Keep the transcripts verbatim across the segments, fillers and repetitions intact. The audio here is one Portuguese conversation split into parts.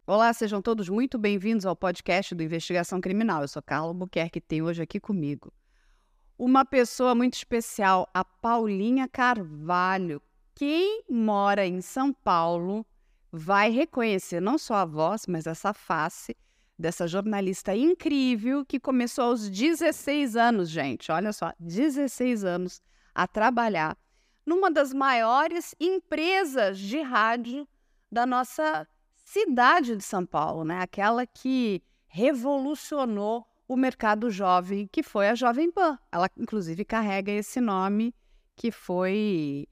Olá, sejam todos muito bem-vindos ao podcast do Investigação Criminal. Eu sou Carla Albuquerque e tenho hoje aqui comigo uma pessoa muito especial, a Paulinha Carvalho. Quem mora em São Paulo vai reconhecer não só a voz, mas essa face dessa jornalista incrível que começou aos dezesseis anos, gente. Olha só, dezesseis anos a trabalhar numa das maiores empresas de rádio da nossa cidade de São Paulo, né? Aquela que revolucionou o mercado jovem, que foi a Jovem Pan. Ela, inclusive, carrega esse nome que foi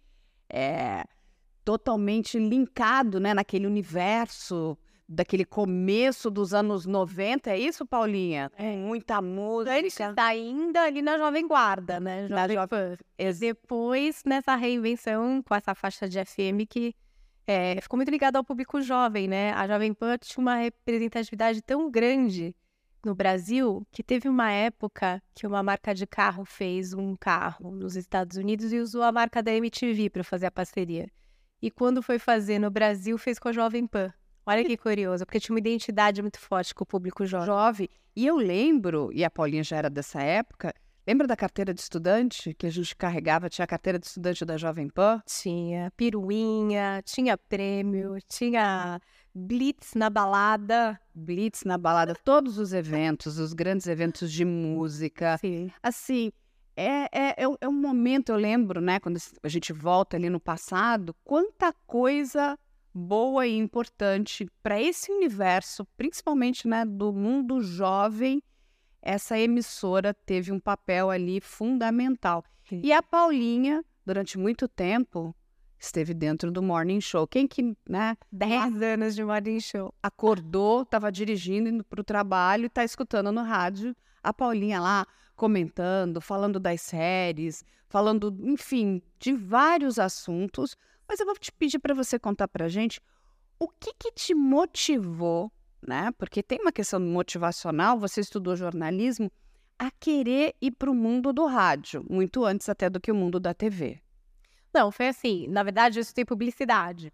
é, totalmente linkado, né, naquele universo daquele começo dos anos noventa. É isso, Paulinha? É, muita música. A gente tá ainda ali na Jovem Guarda, né? Na Jovem Pan. Depois, nessa reinvenção com essa faixa de F M que É, ficou muito ligado ao público jovem, né? A Jovem Pan tinha uma representatividade tão grande no Brasil que teve uma época que uma marca de carro fez um carro nos Estados Unidos e usou a marca da M T V para fazer a parceria. E quando foi fazer no Brasil, fez com a Jovem Pan. Olha que curioso, porque tinha uma identidade muito forte com o público jovem. Jovem. E eu lembro, e a Paulinha já era dessa época, lembra da carteira de estudante que a gente carregava? Tinha a carteira de estudante da Jovem Pan? Tinha piruinha, tinha prêmio, tinha blitz na balada. Blitz na balada, todos os eventos, os grandes eventos de música. Sim. Assim, é, é, é, um- é um momento, eu lembro, né, quando a gente volta ali no passado, quanta coisa boa e importante para esse universo, principalmente, né, do mundo jovem. Essa emissora teve um papel ali fundamental. Sim. E a Paulinha, durante muito tempo, esteve dentro do Morning Show. Quem que, né, Dez anos de Morning Show. acordou, estava dirigindo, indo para o trabalho e está escutando no rádio a Paulinha lá comentando, falando das séries, falando, enfim, de vários assuntos. Mas eu vou te pedir para você contar para a gente o que que te motivou, né? Porque tem uma questão motivacional, você estudou jornalismo, a querer ir para o mundo do rádio, muito antes até do que o mundo da T V. Não, foi assim. Na verdade, eu estudei publicidade.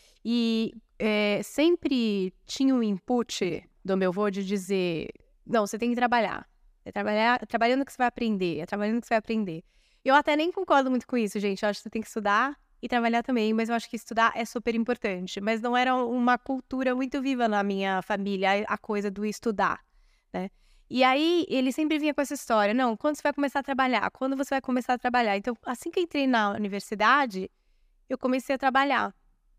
E é, sempre tinha um input do meu avô de dizer: não, você tem que trabalhar. É trabalhar, é trabalhando que você vai aprender. É trabalhando que você vai aprender. Eu até nem concordo muito com isso, gente. Eu acho que você tem que estudar e trabalhar também. Mas eu acho que estudar é super importante. Mas não era uma cultura muito viva na minha família, a coisa do estudar, né? E aí, ele sempre vinha com essa história: não, quando você vai começar a trabalhar? Quando você vai começar a trabalhar? Então, assim que eu entrei na universidade, eu comecei a trabalhar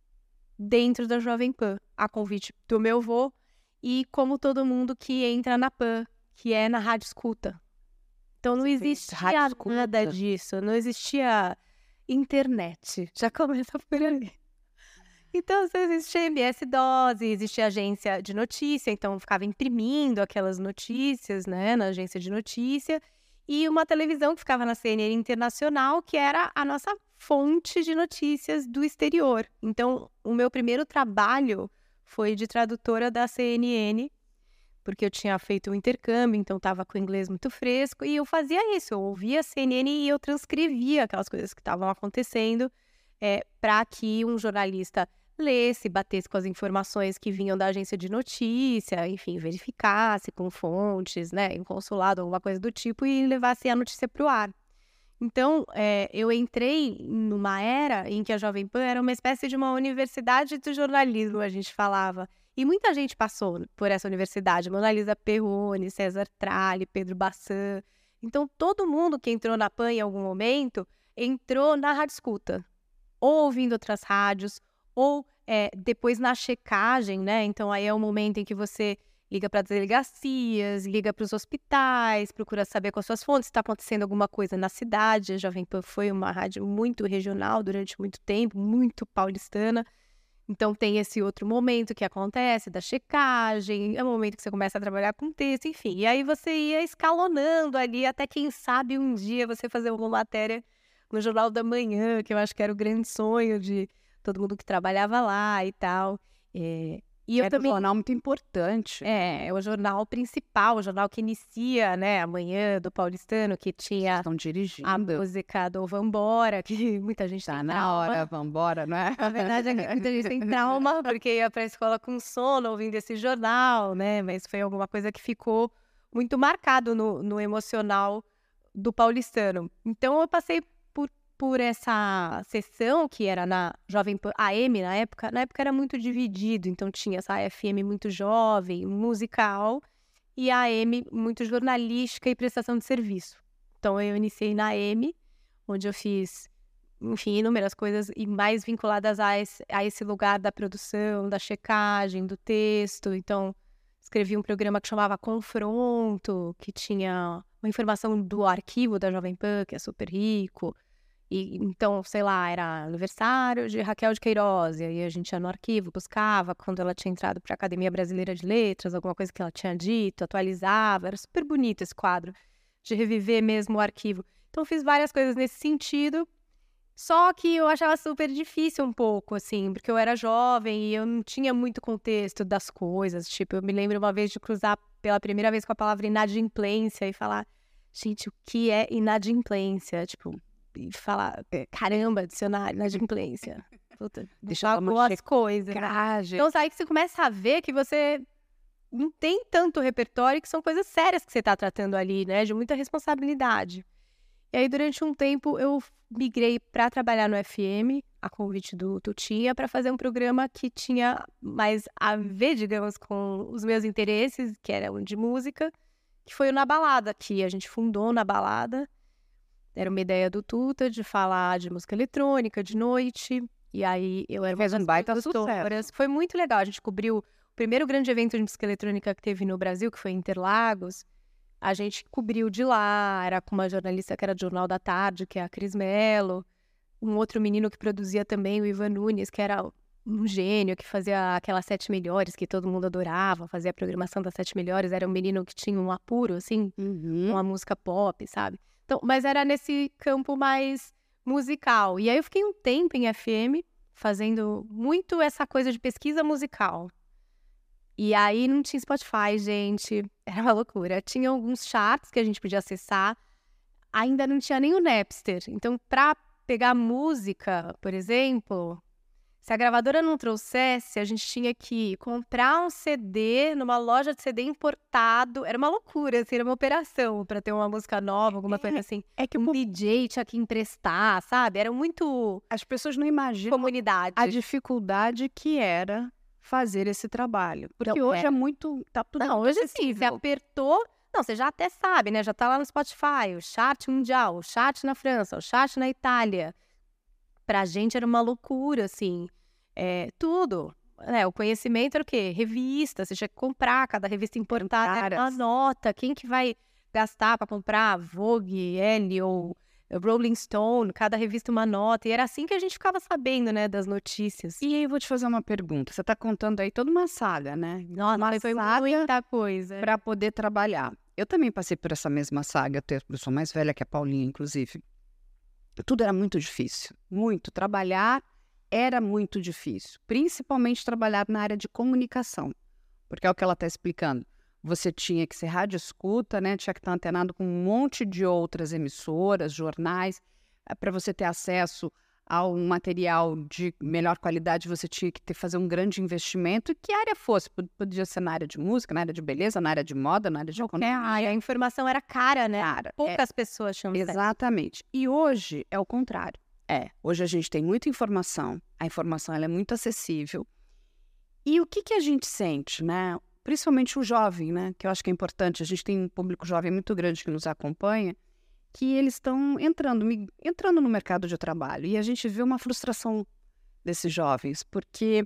dentro da Jovem Pan, a convite do meu avô e como todo mundo que entra na Pan, que é na rádio escuta. Então, não fez existia rádio escuta? nada disso, não existia internet. Já começa por ali. Então, só existia M S-DOS, existia agência de notícia, então eu ficava imprimindo aquelas notícias, né, na agência de notícia, e uma televisão que ficava na C N N Internacional, que era a nossa fonte de notícias do exterior. Então, o meu primeiro trabalho foi de tradutora da C N N, porque eu tinha feito um intercâmbio, então estava com o inglês muito fresco, e eu fazia isso, eu ouvia a C N N e eu transcrevia aquelas coisas que estavam acontecendo, é, para que um jornalista lesse, batesse com as informações que vinham da agência de notícia, enfim, verificasse com fontes, né, em consulado, alguma coisa do tipo, e levasse a notícia para o ar. Então, é, eu entrei numa era em que a Jovem Pan era uma espécie de uma universidade do jornalismo, a gente falava. E muita gente passou por essa universidade: Mona Lisa Perrone, César Tralli, Pedro Bassan. Então, todo mundo que entrou na Pan em algum momento entrou na rádio escuta, ou ouvindo outras rádios, ou é, depois na checagem, né? Então, aí é o momento em que você liga para as delegacias, liga para os hospitais, procura saber com as suas fontes se está acontecendo alguma coisa na cidade. A Jovem Pan foi uma rádio muito regional durante muito tempo, muito paulistana. Então, tem esse outro momento que acontece da checagem, é o momento que você começa a trabalhar com texto, enfim. E aí você ia escalonando ali, até quem sabe um dia você fazer alguma matéria no Jornal da Manhã, que eu acho que era o grande sonho de todo mundo que trabalhava lá e tal. É, E eu Era também... um jornal muito importante. É, é o jornal principal, o jornal que inicia, né, a manhã do paulistano, que tinha Estão dirigindo. a música do Vambora, que muita gente Tá tem na trauma. hora, vambora, não é? Na verdade, é que muita gente tem trauma, porque ia pra escola com sono ouvindo esse jornal, né? Mas foi alguma coisa que ficou muito marcado no, no emocional do paulistano. Então, eu passei por, por essa sessão, que era na Jovem Pan A M, na época. Na época era muito dividido, então tinha essa F M muito jovem, musical, e a AM muito jornalística e prestação de serviço. Então, eu iniciei na A M, onde eu fiz... enfim, inúmeras coisas e mais vinculadas a esse, a esse lugar da produção, da checagem, do texto. Então, escrevi um programa que chamava Confronto, que tinha uma informação do arquivo da Jovem Pan, que é super rico. E então, sei lá, era aniversário de Raquel de Queiroz, e aí a gente ia no arquivo, buscava quando ela tinha entrado para a Academia Brasileira de Letras, alguma coisa que ela tinha dito, atualizava. Era super bonito esse quadro, de reviver mesmo o arquivo. Então, fiz várias coisas nesse sentido. Só que eu achava super difícil um pouco, assim, porque eu era jovem e eu não tinha muito contexto das coisas. Tipo, eu me lembro uma vez de cruzar pela primeira vez com a palavra inadimplência e falar, gente, o que é inadimplência? Tipo, e falar, caramba, dicionário, inadimplência. Puta, Deixa eu dar uma deixar as coisas. checagem. Então, aí que você começa a ver que você não tem tanto repertório, que são coisas sérias que você está tratando ali, né? De muita responsabilidade. E aí, durante um tempo, eu migrei para trabalhar no F M, a convite do Tutinha, para fazer um programa que tinha mais a ver, digamos, com os meus interesses, que era um de música, que foi o Na Balada, que a gente fundou Na Balada. Era uma ideia do Tuta de falar de música eletrônica de noite. E aí, eu era uma Fez um das baita produtoras. sucesso. Foi muito legal. A gente cobriu o primeiro grande evento de música eletrônica que teve no Brasil, que foi em Interlagos. A gente cobriu de lá, era com uma jornalista que era do Jornal da Tarde, que é a Cris Mello, um outro menino que produzia também, o Ivan Nunes, que era um gênio, que fazia aquelas Sete Melhores, que todo mundo adorava, fazia a programação das Sete Melhores, era um menino que tinha um apuro, assim, Uhum. uma música pop, sabe? Então, mas era nesse campo mais musical. E aí eu fiquei um tempo em F M, fazendo muito essa coisa de pesquisa musical. E aí não tinha Spotify, gente. Era uma loucura. Tinha alguns charts que a gente podia acessar. Ainda não tinha nem o Napster. Então, para pegar música, por exemplo, se a gravadora não trouxesse, a gente tinha que comprar um C D numa loja de C D importado. Era uma loucura, assim, era uma operação para ter uma música nova, alguma coisa assim. É que Um o D J tinha que emprestar, sabe? Era muito as pessoas não imaginam comunidade. a dificuldade que era fazer esse trabalho. Porque Não, hoje é. é muito... Tá tudo Não, muito hoje sim, você acessível. apertou... Não, você já até sabe, né? Já tá lá no Spotify, o chart mundial, o chart na França, o chart na Itália. Pra gente era uma loucura, assim. É, tudo. É, o conhecimento era o quê? Revista, você tinha que comprar, cada revista importada era uma Caras. nota. Quem que vai gastar pra comprar Vogue, Elle ou Rolling Stone, cada revista uma nota. E era assim que a gente ficava sabendo, né, das notícias. E aí eu vou te fazer uma pergunta. Você tá contando aí toda uma saga, né? Nossa, uma foi saga muita coisa. para poder trabalhar. Eu também passei por essa mesma saga. Eu sou mais velha que a Paulinha, inclusive. Tudo era muito difícil. Muito. Trabalhar era muito difícil. Principalmente trabalhar na área de comunicação. Porque é o que ela está explicando. Você tinha que ser rádio escuta, né? Tinha que estar antenado com um monte de outras emissoras, jornais. Para você ter acesso a um material de melhor qualidade, você tinha que ter, fazer um grande investimento. E que área fosse. Podia ser na área de música, na área de beleza, na área de moda, na área de Qualquer economia. área. A informação era cara, né? Cara, Poucas pessoas tinham acesso. exatamente. E hoje é o contrário. É, hoje a gente tem muita informação. A informação ela é muito acessível. E o que, que a gente sente, né? Principalmente o jovem, né? Que eu acho que é importante. A gente tem um público jovem muito grande que nos acompanha, que eles estão entrando, entrando no mercado de trabalho. E a gente vê uma frustração desses jovens, porque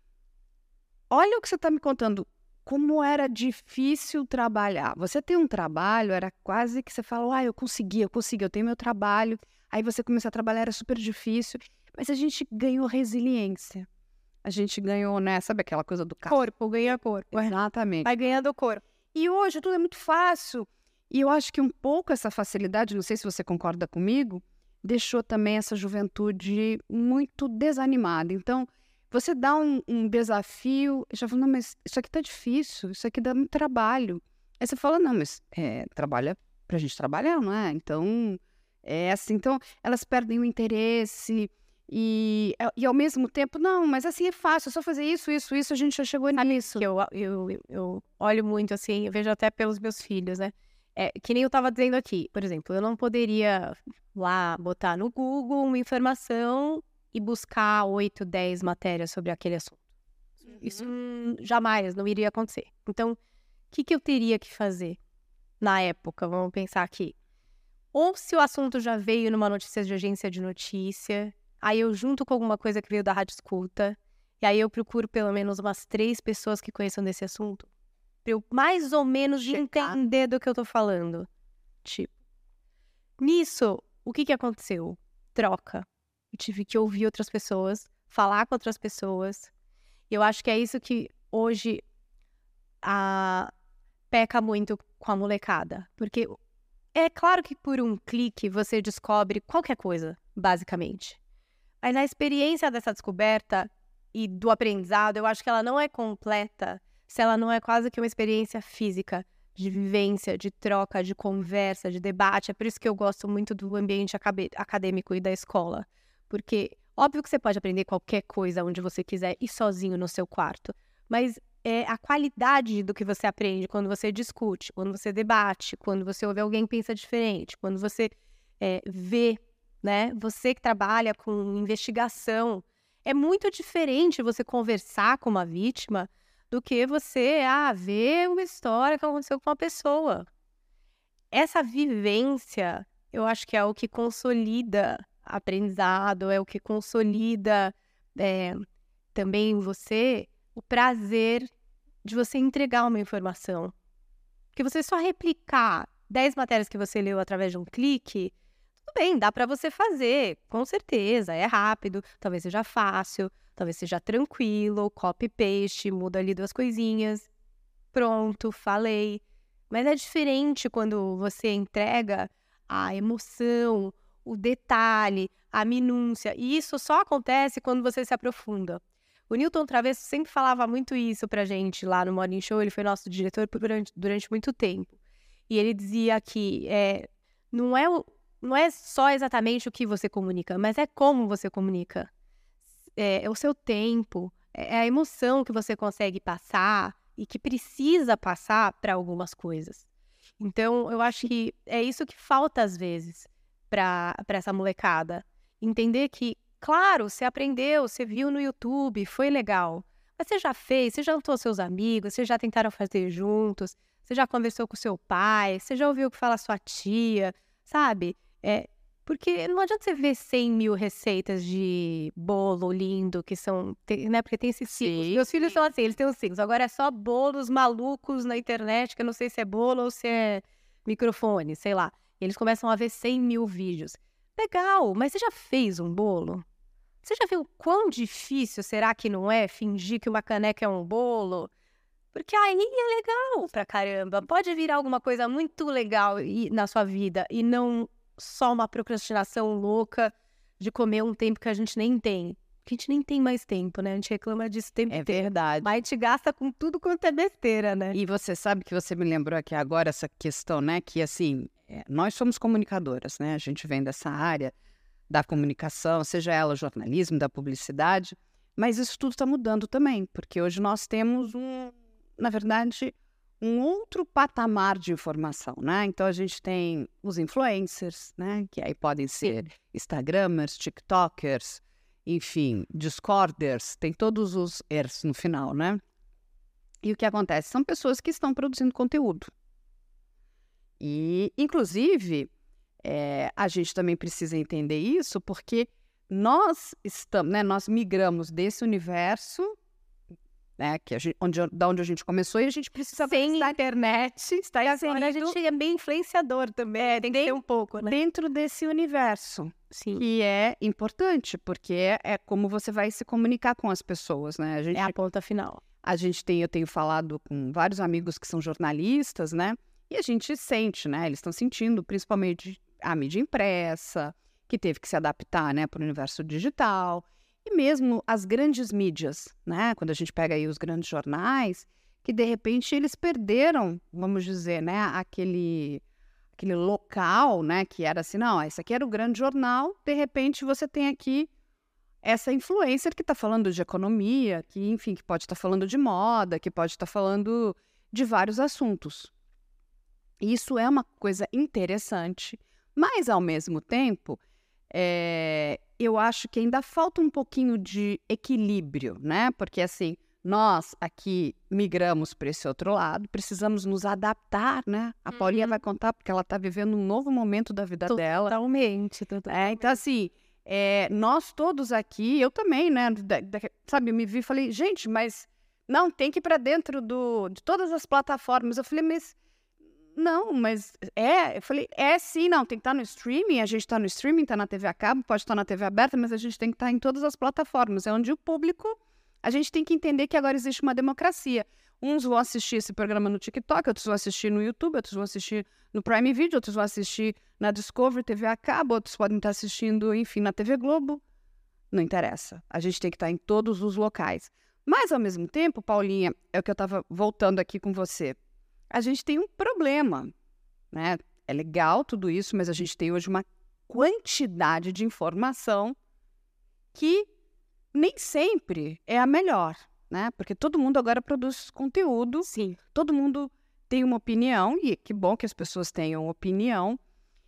olha o que você está me contando, como era difícil trabalhar. Você tem um trabalho, era quase que você fala, ah, eu consegui, eu consegui, eu tenho meu trabalho. Aí você começa a trabalhar, era super difícil. Mas a gente ganhou resiliência. A gente ganhou, né? Sabe aquela coisa do carro? Corpo, ganha corpo. Exatamente. Vai ganhando corpo. E hoje tudo é muito fácil. E eu acho que um pouco essa facilidade, não sei se você concorda comigo, deixou também essa juventude muito desanimada. Então, Você dá um, um desafio, já fala, não, mas isso aqui tá difícil, isso aqui dá muito trabalho. Aí você fala, não, mas é, trabalha pra gente trabalhar, não é? Então, é assim, então elas perdem o interesse e, e ao mesmo tempo, não, mas assim é fácil, é só fazer isso, isso, isso, a gente já chegou nisso. Que eu, eu, eu olho muito assim, eu vejo até pelos meus filhos, né? É, que nem eu tava dizendo aqui, por exemplo, eu não poderia lá botar no Google uma informação e buscar oito, dez matérias sobre aquele assunto. Uhum. Isso hum, jamais, não iria acontecer. Então, o que, que eu teria que fazer na época? Vamos pensar aqui. Ou se o assunto já veio numa notícia de agência de notícia, aí eu junto com alguma coisa que veio da Rádio Escuta, e aí eu procuro pelo menos umas três pessoas que conheçam desse assunto, pra eu mais ou menos Checar. entender do que eu tô falando. Tipo, nisso, o que que aconteceu? Troca. Eu tive que ouvir outras pessoas, falar com outras pessoas. E eu acho que é isso que hoje a... peca muito com a molecada. Porque é claro que por um clique você descobre qualquer coisa, basicamente. Mas a experiência dessa descoberta e do aprendizado, eu acho que ela não é completa se ela não é quase que uma experiência física, de vivência, de troca, de conversa, de debate. É por isso que eu gosto muito do ambiente acadêmico e da escola. Porque, óbvio que você pode aprender qualquer coisa onde você quiser e sozinho no seu quarto. Mas é a qualidade do que você aprende quando você discute, quando você debate, quando você ouve alguém que pensa diferente, quando você é, vê, né? Você que trabalha com investigação. É muito diferente você conversar com uma vítima do que você ah, ver uma história que aconteceu com uma pessoa. Essa vivência, eu acho que é o que consolida aprendizado, é o que consolida é, também em você o prazer de você entregar uma informação. Porque você só replicar dez matérias que você leu através de um clique, tudo bem, dá para você fazer, com certeza, é rápido, talvez seja fácil, talvez seja tranquilo, copy-paste, muda ali duas coisinhas, pronto, falei. Mas é diferente quando você entrega a emoção, o detalhe, a minúcia. E isso só acontece quando você se aprofunda. O Newton Travesso sempre falava muito isso pra gente lá no Morning Show. Ele foi nosso diretor durante, durante muito tempo. E ele dizia que é, não, é, não é só exatamente o que você comunica, mas é como você comunica. É, é o seu tempo, é a emoção que você consegue passar e que precisa passar para algumas coisas. Então, eu acho que é isso que falta às vezes para essa molecada. Entender que, claro, você aprendeu, você viu no YouTube, foi legal. Mas você já fez, você já juntou seus amigos, vocês já tentaram fazer juntos, você já conversou com seu pai, você já ouviu o que fala sua tia, sabe? É, porque não adianta você ver cem mil receitas de bolo lindo, que são, tem, né? Porque tem esses ciclos. Sim, Meus filhos sim. são assim, eles têm os ciclos. Agora é só bolos malucos na internet, que eu não sei se é bolo ou se é microfone, sei lá. E eles começam a ver cem mil vídeos. Legal, mas você já fez um bolo? Você já viu quão difícil será que não é fingir que uma caneca é um bolo? Porque aí é legal pra caramba. Pode virar alguma coisa muito legal e- na sua vida e não só uma procrastinação louca de comer um tempo que a gente nem tem. Porque a gente nem tem mais tempo, né? A gente reclama disso o tempo É inteiro. verdade. Mas a gente gasta com tudo quanto é besteira, né? E você sabe que você me lembrou aqui agora essa questão, né? Que assim, é, nós somos comunicadoras, né? A gente vem dessa área da comunicação, seja ela jornalismo, da publicidade, mas isso tudo está mudando também, porque hoje nós temos um, na verdade, um outro patamar de informação, né? Então a gente tem os influencers, né? Que aí podem ser instagramers, tiktokers, enfim, discorders, tem todos os ers no final, né? E o que acontece? São pessoas que estão produzindo conteúdo. E, inclusive, é, a gente também precisa entender isso porque nós estamos, né, nós migramos desse universo, né, que a gente, onde, da onde a gente começou, e a gente precisa Sem estar internet, está agora a gente é bem influenciador também, é, tem que ser um pouco, né? dentro desse universo, Sim. que é importante, porque é, é como você vai se comunicar com as pessoas, né? A gente, É a ponta final. a gente tem, eu tenho falado com vários amigos que são jornalistas, né? E a gente sente, né? Eles estão sentindo, principalmente a mídia impressa, que teve que se adaptar, né, para o universo digital. E mesmo as grandes mídias, né? Quando a gente pega aí os grandes jornais, que de repente eles perderam, vamos dizer, né? Aquele, aquele local, né? Que era assim, não, esse aqui era o grande jornal, de repente você tem aqui essa influencer que está falando de economia, que, enfim, que pode estar tá falando de moda, que pode estar tá falando de vários assuntos. Isso é uma coisa interessante, mas, ao mesmo tempo, é, eu acho que ainda falta um pouquinho de equilíbrio, né? Porque, assim, nós aqui migramos para esse outro lado, precisamos nos adaptar, né? A Paulinha Uhum. vai contar porque ela está vivendo um novo momento da vida dela. Totalmente, totalmente. É, então, assim, é, nós todos aqui, eu também, né? da- da- sabe, eu me vi e falei, gente, mas não, tem que ir para dentro do, de todas as plataformas. Eu falei, mas não, mas é, eu falei, é sim, não, tem que estar no streaming, a gente está no streaming, está na T V a cabo, pode estar na T V aberta, mas a gente tem que estar em todas as plataformas. É onde o público, a gente tem que entender que agora existe uma democracia. Uns vão assistir esse programa no TikTok, outros vão assistir no YouTube, outros vão assistir no Prime Video, outros vão assistir na Discovery, T V a cabo, outros podem estar assistindo, enfim, na T V Globo. Não interessa. A gente tem que estar em todos os locais. Mas, ao mesmo tempo, Paulinha, é o que eu estava voltando aqui com você. A gente tem um problema, né? É legal tudo isso, mas a gente tem hoje uma quantidade de informação que nem sempre é a melhor, né? Porque todo mundo agora produz conteúdo, Sim. todo mundo tem uma opinião, e que bom que as pessoas tenham opinião,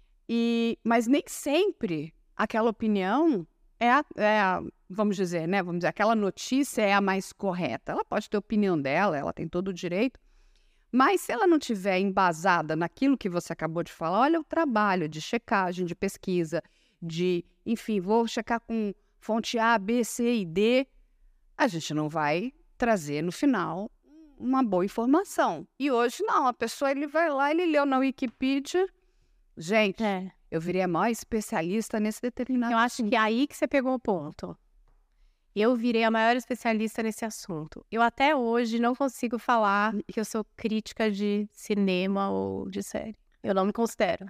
e, mas nem sempre aquela opinião é a, é a, vamos dizer, né? Vamos dizer, aquela notícia é a mais correta. Ela pode ter a opinião dela, ela tem todo o direito, mas se ela não tiver embasada naquilo que você acabou de falar, olha o trabalho de checagem, de pesquisa, de, enfim, vou checar com fonte A, B, C e D, a gente não vai trazer no final uma boa informação. E hoje não, a pessoa ele vai lá, ele leu na Wikipedia, gente, É. eu virei a maior especialista nesse determinado Eu acho que é aí que você pegou o ponto. Eu virei a maior especialista nesse assunto. Eu até hoje não consigo falar que eu sou crítica de cinema ou de série. Eu não me considero.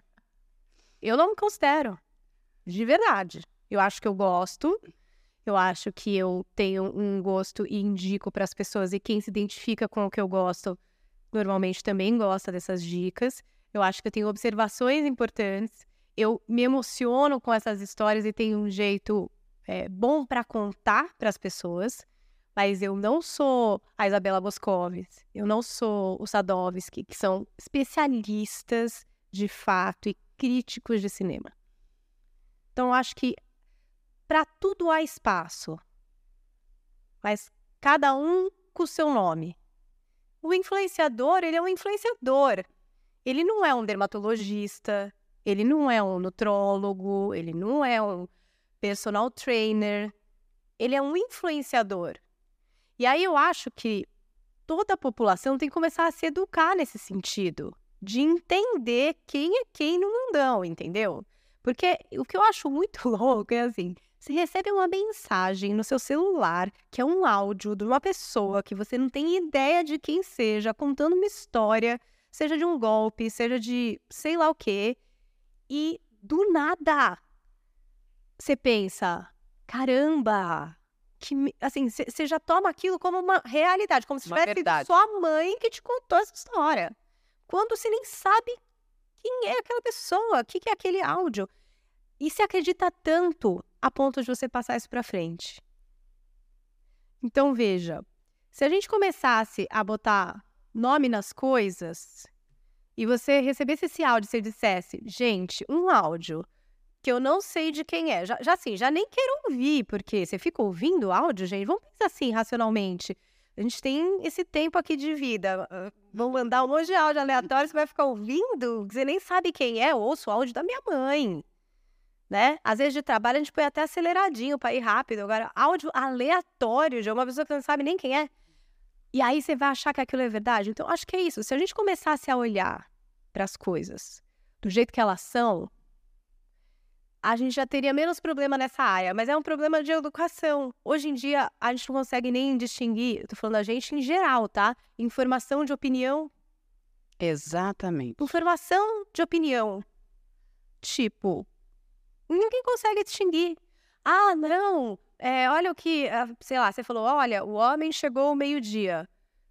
Eu não me considero. De verdade. Eu acho que eu gosto. Eu acho que eu tenho um gosto e indico para as pessoas. E quem se identifica com o que eu gosto, normalmente também gosta dessas dicas. Eu acho que eu tenho observações importantes. Eu me emociono com essas histórias e tenho um jeito é, bom para contar para as pessoas, mas eu não sou a Isabela Boscovitz, eu não sou o Sadovski, que são especialistas de fato e críticos de cinema. Então, eu acho que para tudo há espaço, mas cada um com o seu nome. O influenciador, ele é um influenciador. Ele não é um dermatologista, ele não é um nutrólogo, ele não é um personal trainer, ele é um influenciador. E aí eu acho que toda a população tem que começar a se educar nesse sentido, de entender quem é quem no mundão, entendeu? Porque o que eu acho muito louco é assim, você recebe uma mensagem no seu celular, que é um áudio de uma pessoa que você não tem ideia de quem seja, contando uma história, seja de um golpe, seja de sei lá o quê, e do nada você pensa, caramba, que, assim, você já toma aquilo como uma realidade, como se Uma tivesse verdade. sido sua mãe que te contou essa história. Quando você nem sabe quem é aquela pessoa, o que, que é aquele áudio. E se acredita tanto a ponto de você passar isso pra frente. Então, veja, se a gente começasse a botar nome nas coisas e você recebesse esse áudio e você dissesse, gente, um áudio que eu não sei de quem é. Já, já assim, já nem quero ouvir, porque você fica ouvindo o áudio, gente, vamos pensar assim, racionalmente. A gente tem esse tempo aqui de vida. Uh, vão mandar um monte de áudio aleatório, você vai ficar ouvindo, você nem sabe quem é, eu ouço o áudio da minha mãe. Né? Às vezes de trabalho a gente põe até aceleradinho para ir rápido. Agora, áudio aleatório de uma pessoa que você não sabe nem quem é. E aí você vai achar que aquilo é verdade. Então, acho que é isso. Se a gente começasse a olhar para as coisas do jeito que elas são, a gente já teria menos problema nessa área, mas é um problema de educação. Hoje em dia, a gente não consegue nem distinguir, eu tô falando a gente em geral, tá? Informação de opinião. Exatamente. Informação de opinião. Tipo, ninguém consegue distinguir. Ah, não, é, olha o que, ah, sei lá, você falou, olha, o homem chegou ao meio-dia.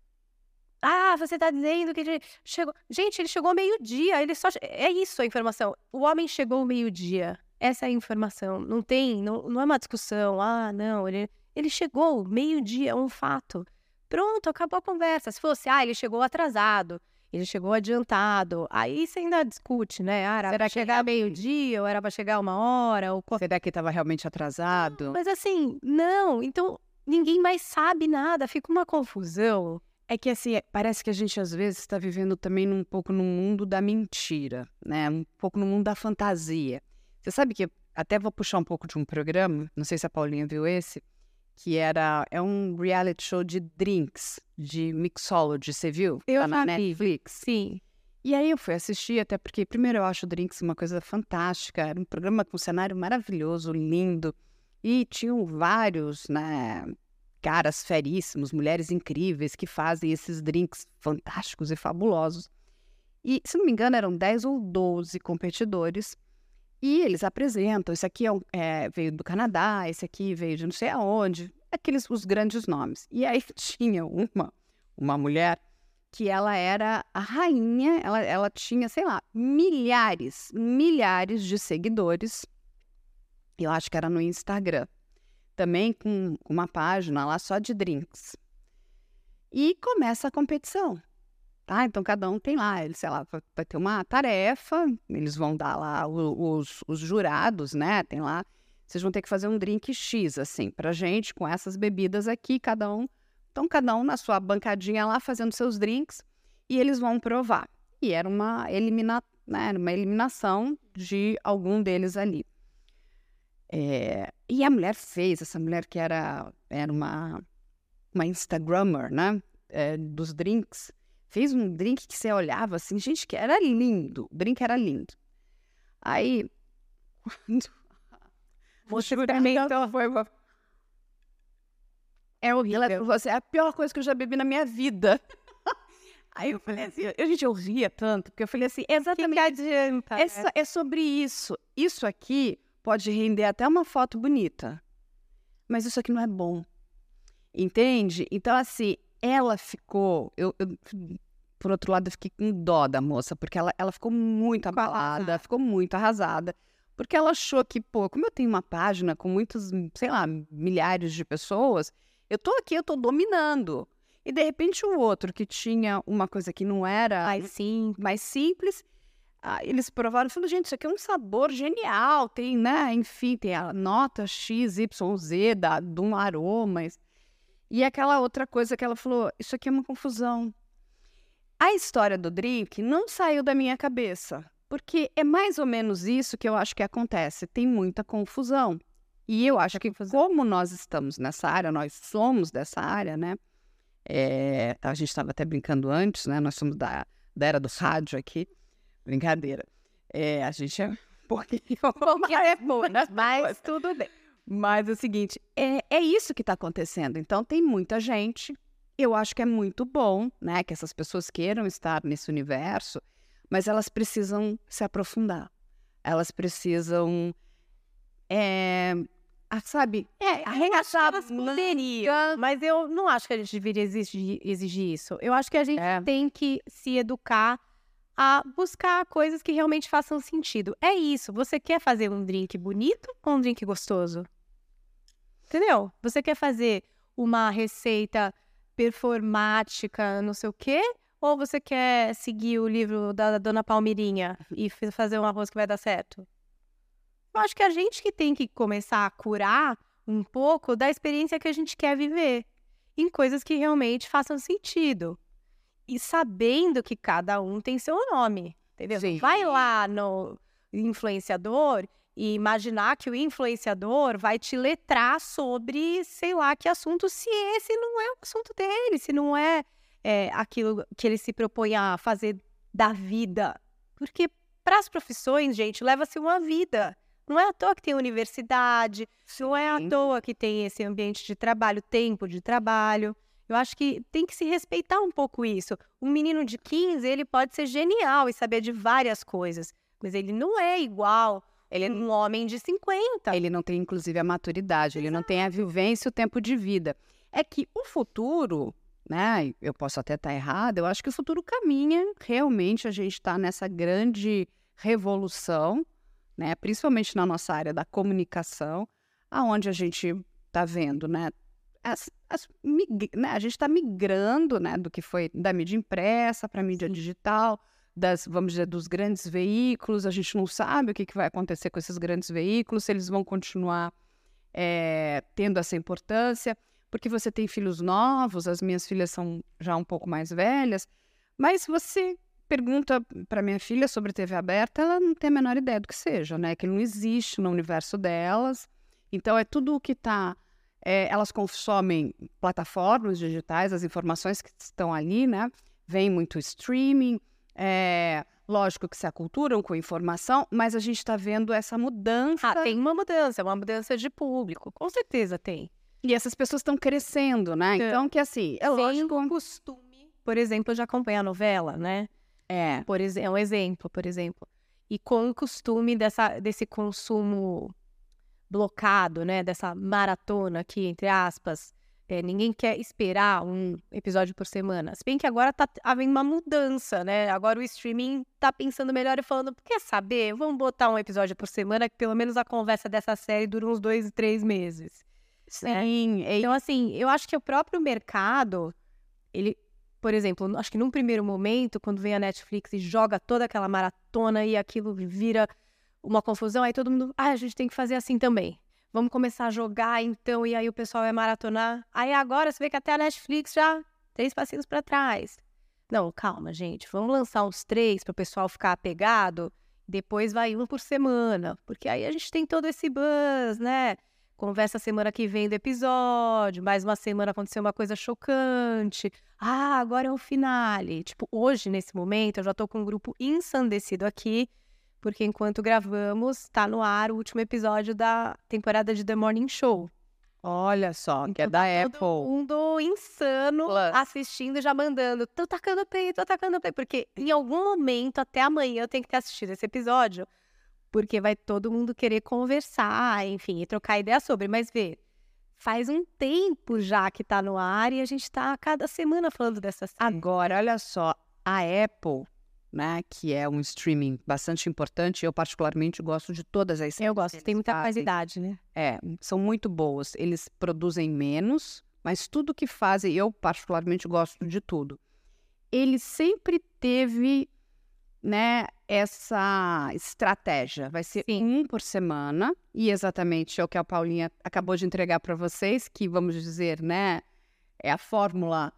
Ah, você tá dizendo que ele chegou... Gente, ele chegou ao meio-dia, ele só... É isso a informação. O homem chegou ao meio-dia. Essa é a informação. Não tem, não, não é uma discussão. Ah, não, ele, ele chegou meio-dia, é um fato. Pronto, acabou a conversa. Se fosse, ah, ele chegou atrasado, ele chegou adiantado, aí você ainda discute, né? Ah, era Será pra que chegar meio-dia, ou era pra chegar uma hora, ou... Será que estava realmente atrasado? Mas assim, não, então ninguém mais sabe nada, fica uma confusão. É que assim, é- parece que a gente às vezes está vivendo também num pouco no mundo da mentira, né? Um pouco no mundo da fantasia. Você sabe que até vou puxar um pouco de um programa, não sei se a Paulinha viu esse, que era é um reality show de drinks, de mixology, você viu? Eu Tá na já vi. Netflix. Sim. E aí eu fui assistir, até porque primeiro eu acho o Drinks uma coisa fantástica, era um programa com um cenário maravilhoso, lindo, e tinham vários, né, caras feríssimos, mulheres incríveis que fazem esses drinks fantásticos e fabulosos. E, se não me engano, eram dez ou doze competidores, e eles apresentam, esse aqui é um- é, veio do Canadá, esse aqui veio de não sei aonde, aqueles os grandes nomes. E aí tinha uma, uma mulher que ela era a rainha, ela, ela tinha, sei lá, milhares, milhares de seguidores. Eu acho que era no Instagram. Também com com uma página lá só de drinks. E começa a competição, tá? Então cada um tem lá, ele, sei lá, vai vai ter uma tarefa, eles vão dar lá o- os, os jurados, né? Tem lá, vocês vão ter que fazer um drink X, assim, pra gente, com essas bebidas aqui, cada um. Então, cada um na sua bancadinha lá fazendo seus drinks e eles vão provar. E era uma, elimina, né, era uma eliminação de algum deles ali. É, e a mulher fez, essa mulher que era, era uma, uma Instagrammer, né, é, dos drinks, fez um drink que você olhava assim, gente, que era lindo, o drink era lindo. Aí, quando Você o também jurado foi uma- é horrível. ela falou assim, é a pior coisa que eu já bebi na minha vida. Aí eu falei assim, eu, gente, eu ria tanto, porque eu falei assim, Que que exatamente, adianta? é, so- é sobre isso. Isso aqui pode render até uma foto bonita, mas isso aqui não é bom, entende? Então, assim, ela ficou, eu, eu- por outro lado, eu fiquei com dó da moça, porque ela, ela ficou muito abalada, ficou muito arrasada, porque ela achou que, pô, como eu tenho uma página com muitos, sei lá, milhares de pessoas, eu tô aqui, eu tô dominando. E, de repente, o outro que tinha uma coisa que não era Ai, sim. mais simples, ah, eles provaram e falaram, gente, isso aqui é um sabor genial, tem, né, enfim, tem a nota X, Y, Z da, de um aroma. E aquela outra coisa que ela falou, isso aqui é uma confusão. A história do drink não saiu da minha cabeça, porque é mais ou menos isso que eu acho que acontece, tem muita confusão. E eu acho que como nós estamos nessa área, nós somos dessa área, né? É, a gente estava até brincando antes, né? Nós somos da, da era do rádio aqui. Brincadeira. É, a gente é um pouquinho mais boa, né? Mas tudo bem. Mas é o seguinte, é, é isso que está acontecendo. Então, tem muita gente. Eu acho que é muito bom, né? Que essas pessoas queiram estar nesse universo, mas elas precisam se aprofundar. Elas precisam, é, ah, sabe, É, arregaçar elas poderiam, mas eu não acho que a gente deveria exigir, exigir isso. Eu acho que a gente É. tem que se educar a buscar coisas que realmente façam sentido. É isso. Você quer fazer um drink bonito ou um drink gostoso? Entendeu? Você quer fazer uma receita performática, não sei o quê? Ou você quer seguir o livro da Dona Palmirinha e f- fazer um arroz que vai dar certo? Eu acho que a gente que tem que começar a curar um pouco da experiência que a gente quer viver em coisas que realmente façam sentido. E sabendo que cada um tem seu nome, entendeu? Sim. Vai lá no influenciador e imaginar que o influenciador vai te letrar sobre, sei lá, que assunto, se esse não é o assunto dele, se não é, é aquilo que ele se propõe a fazer da vida. Porque para as profissões, gente, leva-se uma vida. Não é à toa que tem universidade, não é à Sim. toa que tem esse ambiente de trabalho, tempo de trabalho. Eu acho que tem que se respeitar um pouco isso. Um menino de quinze, ele pode ser genial e saber de várias coisas, mas ele não é igual Ele é um homem de cinquenta. Ele não tem, inclusive, a maturidade, ele não tem a vivência e o tempo de vida. É que o futuro, né, eu posso até estar errada, eu acho que o futuro caminha, realmente a gente está nessa grande revolução, né, principalmente na nossa área da comunicação, aonde a gente está vendo, né, as, as, mig, né, a gente está migrando, né, do que foi da mídia impressa para a mídia Sim. digital, das, vamos dizer, dos grandes veículos. A gente não sabe o que, que vai acontecer com esses grandes veículos, se eles vão continuar é, tendo essa importância, porque você tem filhos novos, as minhas filhas são já um pouco mais velhas, mas você pergunta para minha filha sobre T V aberta, ela não tem a menor ideia do que seja, né? Que não existe no universo delas. Então, é tudo o que está... É, elas consomem plataformas digitais, as informações que estão ali, né? Vem muito streaming, é, lógico que se aculturam com informação, mas a gente está vendo essa mudança. Ah, tem uma mudança, uma mudança de público, com certeza tem. E essas pessoas estão crescendo, né? Então, que assim, é lógico... Sem o costume, por exemplo, de acompanhar a novela, né? É. Por ex- é um exemplo, por exemplo. E com o costume dessa, desse consumo blocado, né? Dessa maratona aqui, entre aspas. É, ninguém quer esperar um episódio por semana. Se bem que agora tá havendo uma mudança, né? Agora o streaming tá pensando melhor e falando, quer saber? Vamos botar um episódio por semana, que pelo menos a conversa dessa série dura uns dois, três meses. Sim. É. Então, assim, eu acho que o próprio mercado, ele, por exemplo, acho que num primeiro momento, quando vem a Netflix e joga toda aquela maratona e aquilo vira uma confusão, aí todo mundo, ah, a gente tem que fazer assim também. Vamos começar a jogar, então, e aí o pessoal vai maratonar. Aí agora você vê que até a Netflix já três passinhos para trás. Não, calma, gente. Vamos lançar uns três para o pessoal ficar apegado. Depois vai um por semana. Porque aí a gente tem todo esse buzz, né? Conversa semana que vem do episódio. Mais uma semana aconteceu uma coisa chocante. Ah, agora é o finale. Tipo, hoje, nesse momento, eu já tô com um grupo ensandecido aqui. Porque enquanto gravamos, tá no ar o último episódio da temporada de The Morning Show. Olha só, que é Então, da tá Apple. todo mundo insano, Plus. assistindo e já mandando. Tô tacando play, tô tacando play. Porque em algum momento, até amanhã, eu tenho que ter assistido esse episódio. Porque vai todo mundo querer conversar, enfim, e trocar ideia sobre. Mas vê, faz um tempo já que tá no ar e a gente tá a cada semana falando dessa série. Agora, olha só, a Apple, né, que é um streaming bastante importante, eu particularmente gosto de todas as séries. Eu gosto, que tem eles muita fazem. qualidade, né? É, são muito boas. Eles produzem menos, mas tudo que fazem, eu particularmente gosto de tudo. Ele sempre teve, né, essa estratégia. Vai ser Sim. um por semana, e exatamente é o que a Paulinha acabou de entregar para vocês, que vamos dizer, né, é a fórmula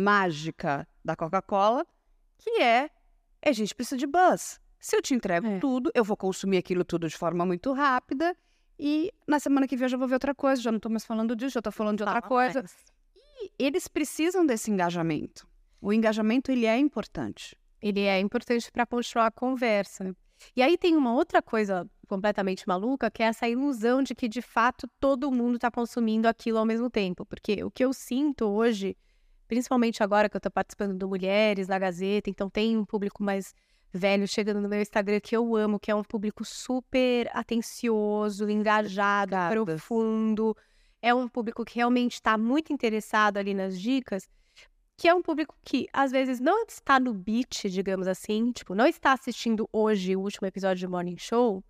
mágica da Coca-Cola, que é, a gente precisa de buzz. Se eu te entrego É. tudo, eu vou consumir aquilo tudo de forma muito rápida, e na semana que vem eu já vou ver outra coisa, já não estou mais falando disso, já estou falando de outra Fala coisa. mais. E eles precisam desse engajamento. O engajamento, ele é importante. Ele é importante para continuar a conversa. E aí tem uma outra coisa completamente maluca, que é essa ilusão de que, de fato, todo mundo está consumindo aquilo ao mesmo tempo. Porque o que eu sinto hoje, principalmente agora que eu estou participando do Mulheres na Gazeta, então tem um público mais velho chegando no meu Instagram que eu amo, que é um público super atencioso, engajado, Obrigada. profundo. É um público que realmente está muito interessado ali nas dicas, que é um público que, às vezes, não está no beat, digamos assim, tipo, não está assistindo hoje o último episódio de Morning Show,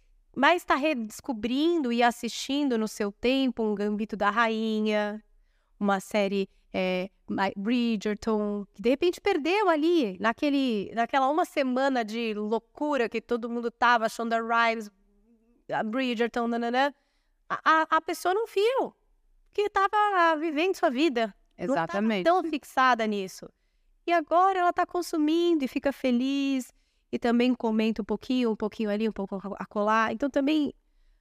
mas está redescobrindo e assistindo no seu tempo um Gambito da Rainha, uma série é, My- Bridgerton, que de repente perdeu ali, naquele, naquela uma semana de loucura que todo mundo tava, Shonda Rhimes, a Bridgerton, nananã, a, a, a pessoa não viu, porque estava vivendo sua vida. Exatamente. Não estava tão fixada nisso. E agora ela está consumindo e fica feliz. E também comenta um pouquinho, um pouquinho ali, um pouco acolá. Então também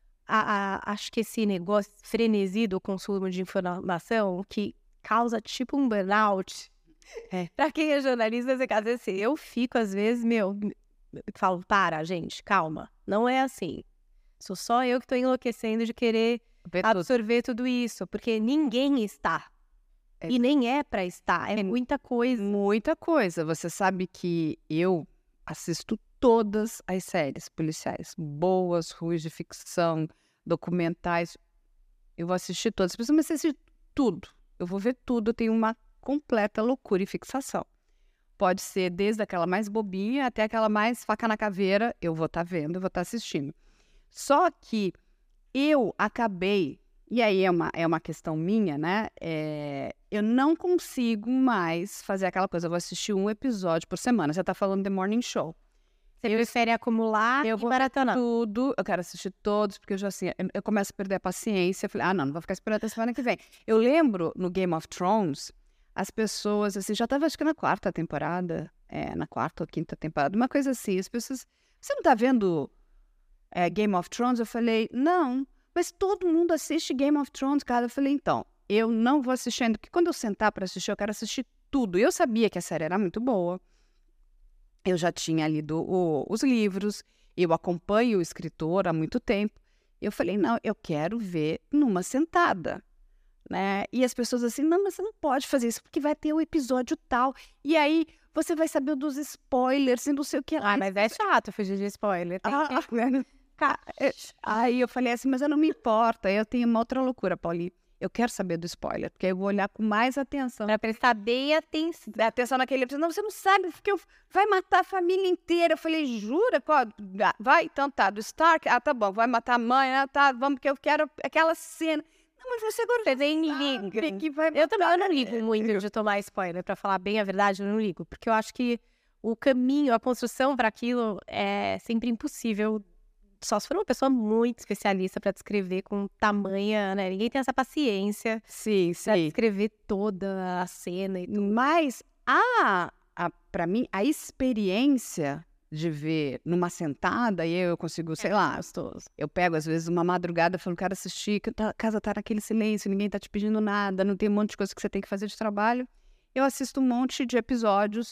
a, a, acho que esse negócio frenesi do consumo de informação que causa tipo um burnout. É. Pra quem é jornalista, você às vezes eu fico, às vezes, meu, eu falo, para, gente, calma. Não é assim. Sou só eu que tô enlouquecendo de querer Vê tudo. absorver tudo isso. Porque ninguém está. É. E nem é pra estar, é É muita coisa. Muita coisa. Você sabe que eu assisto todas as séries policiais. Boas, ruins, de ficção, documentais. Eu vou assistir todas. As pessoas me assistem tudo. Eu vou ver tudo. Eu tenho uma completa loucura e fixação. Pode ser desde aquela mais bobinha até aquela mais faca na caveira. Eu vou estar vendo, eu vou estar assistindo. Só que eu acabei... E aí é uma, é uma questão minha, né? É, eu não consigo mais fazer aquela coisa. Eu vou assistir um episódio por semana. Você tá falando The Morning Show. Você eu, prefere acumular eu e vou maratonar? Tudo. Eu quero assistir todos, porque eu já assim, eu, eu começo a perder a paciência. Eu falei, ah, não, não vou ficar esperando até semana que vem. Eu lembro no Game of Thrones, as pessoas, assim, já tava acho que na quarta temporada, é, na quarta ou quinta temporada, uma coisa assim. As pessoas, você não tá vendo é, Game of Thrones? Eu falei, não. Mas todo mundo assiste Game of Thrones, cara. Eu falei, então, eu não vou assistir ainda, porque quando eu sentar para assistir, eu quero assistir tudo. Eu sabia que a série era muito boa. Eu já tinha lido o, os livros, eu acompanho o escritor há muito tempo. Eu falei, não, eu quero ver numa sentada, né? E as pessoas assim, não, mas você não pode fazer isso, porque vai ter o episódio tal. E aí, você vai saber dos spoilers e não sei o que. Ah, mas é chato fugir de spoiler. Tem ah, que... Aí eu falei assim, mas eu não me importa, eu tenho uma outra loucura, Paulinho. Eu quero saber do spoiler, porque eu vou olhar com mais atenção. Pra prestar bem atenção. Atenção naquele episódio. Não, você não sabe, porque eu... vai matar a família inteira. Eu falei, jura? Qual? Vai, então tá, do Stark. Ah, tá bom, vai matar a mãe. Ah, tá, vamos, porque eu quero aquela cena. Não, mas você agora... Você nem liga. Que vai eu também eu não ligo muito de tomar spoiler, pra falar bem a verdade, eu não ligo. Porque eu acho que o caminho, a construção para aquilo é sempre impossível. Só se for uma pessoa muito especialista para descrever com tamanha, né? Ninguém tem essa paciência sim, para sim. descrever toda a cena e tudo. Mas, a, a, para mim, a experiência de ver numa sentada, e eu consigo, sei é lá, gostoso. Eu pego, às vezes, uma madrugada e falo, quero assistir, que a casa tá naquele silêncio, ninguém tá te pedindo nada, não tem um monte de coisa que você tem que fazer de trabalho. Eu assisto um monte de episódios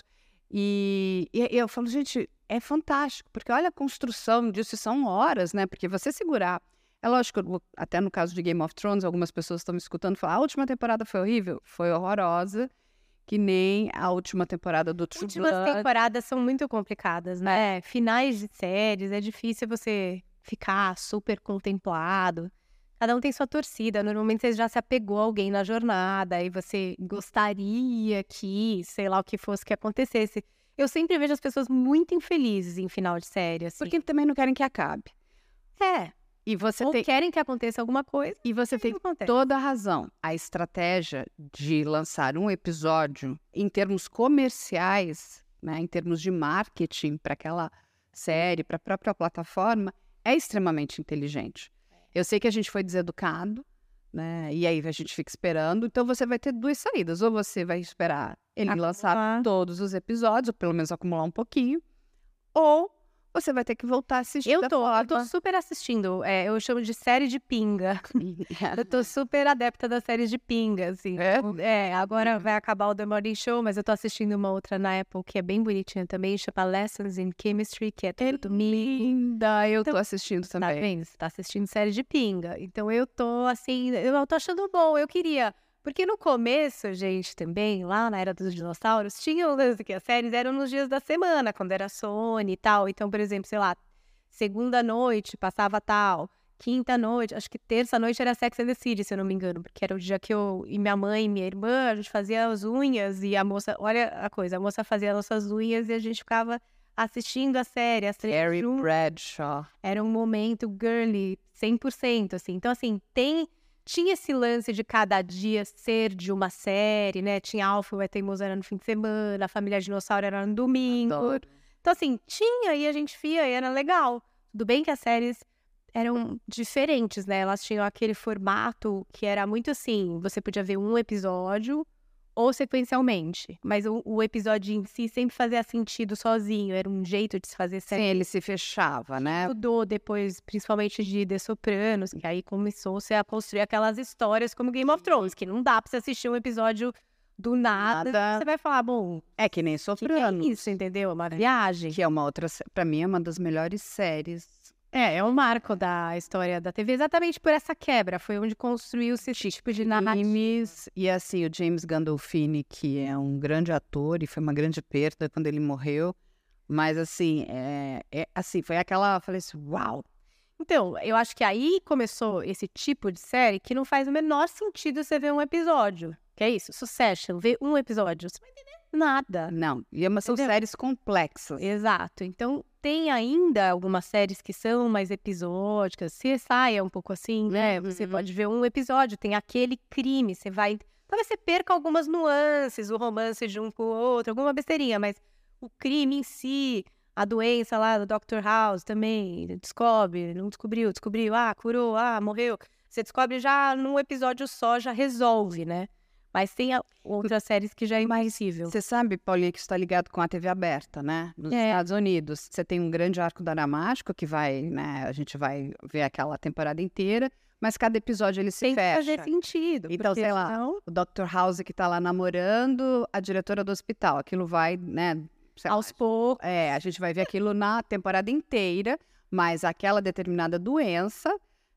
e, e eu falo, gente... É fantástico, porque olha a construção disso, são horas, né? Porque você segurar... É lógico, até no caso de Game of Thrones, algumas pessoas estão me escutando falar, a última temporada foi horrível? Foi horrorosa, que nem a última temporada do True Blood. Últimas temporadas são muito complicadas, né? Finais de séries, é difícil você ficar super contemplado. Cada um tem sua torcida, normalmente você já se apegou a alguém na jornada, e você gostaria que, sei lá, o que fosse que acontecesse. Eu sempre vejo as pessoas muito infelizes em final de série, assim. Porque também não querem que acabe. É. E você Ou tem... querem que aconteça alguma coisa. E você tem toda a razão. A estratégia de lançar um episódio em termos comerciais, né, em termos de marketing para aquela série, para a própria plataforma, é extremamente inteligente. Eu sei que a gente foi deseducado, né? E aí a gente fica esperando. Então você vai ter duas saídas. Ou você vai esperar ele acumular. lançar todos os episódios, ou pelo menos acumular um pouquinho. Ou você vai ter que voltar a assistir. Eu tô, eu tô super assistindo. É, eu chamo de série de pinga. Eu tô super adepta das séries de pinga, assim. É? É, agora vai acabar o The Morning Show, mas eu tô assistindo uma outra na Apple que é bem bonitinha também, chama Lessons in Chemistry, que é todo domingo. Linda, eu então, tô assistindo também. Tá vendo? Você tá assistindo série de pinga. Então eu tô, assim, eu tô achando bom. Eu queria... Porque no começo, gente, também, lá na Era dos Dinossauros, tinha o lance que as séries eram nos dias da semana, quando era Sony e tal. Então, por exemplo, sei lá, segunda noite passava tal, quinta noite, acho que terça noite era Sex and the City, se eu não me engano, porque era o dia que eu e minha mãe e minha irmã, a gente fazia as unhas e a moça, olha a coisa, a moça fazia as nossas unhas e a gente ficava assistindo a série. As Carrie Bradshaw. Era um momento girly, cem por cento, assim. Então, assim, tem... Tinha esse lance de cada dia ser de uma série, né? Tinha Alpha, o É Teimoso era no fim de semana, a Família Dinossauro era no domingo. Adoro. Então, assim, tinha e a gente via e era legal. Tudo bem que as séries eram diferentes, né? Elas tinham aquele formato que era muito assim, você podia ver um episódio ou sequencialmente. Mas o, o episódio em si sempre fazia sentido sozinho, era um jeito de se fazer série. Sim, ele se fechava, né? Mudou depois, principalmente de The Sopranos, que aí começou-se a construir aquelas histórias como Game of Thrones, que não dá pra você assistir um episódio do nada, Nada. Você vai falar, bom... É que nem Que Sopranos. que é isso, entendeu? Uma viagem. Que é uma outra... Pra mim, é uma das melhores séries. É, é um marco da história da T V, exatamente por essa quebra. Foi onde construiu-se esse tipo de narrativa. E assim, o James Gandolfini, que é um grande ator e foi uma grande perda quando ele morreu, Mas, assim, é, é assim, foi aquela... Falei assim, uau! Então, eu acho que aí começou esse tipo de série que não faz o menor sentido você ver um episódio. Que é isso, Succession, ver um episódio. Você não vai entender nada. Não, e uma- são Entendeu? séries complexas. Exato. Então, tem ainda algumas séries que são mais episódicas. C S I é um pouco assim, né? Você Uhum. pode ver um episódio, tem aquele crime, você vai... Talvez você perca algumas nuances, o romance de um com o outro, alguma besteirinha, mas o crime em si, a doença lá do doutor House também, descobre, não descobriu, descobriu, ah, curou, ah, morreu. Você descobre já num episódio só, já resolve, né? Mas tem a- outras séries que já é impossível. Você sabe, Paulinha, que isso está ligado com a T V aberta, né? Nos É. Estados Unidos. Você tem um grande arco dramático que vai, né? A gente vai ver aquela temporada inteira, mas cada episódio ele se Tem que fecha. fazer sentido. Então, porque sei lá, senão, O doutor House que tá lá namorando a diretora do hospital. Aquilo vai, né? sei lá, aos poucos, É, a gente vai ver aquilo na temporada inteira, mas aquela determinada doença,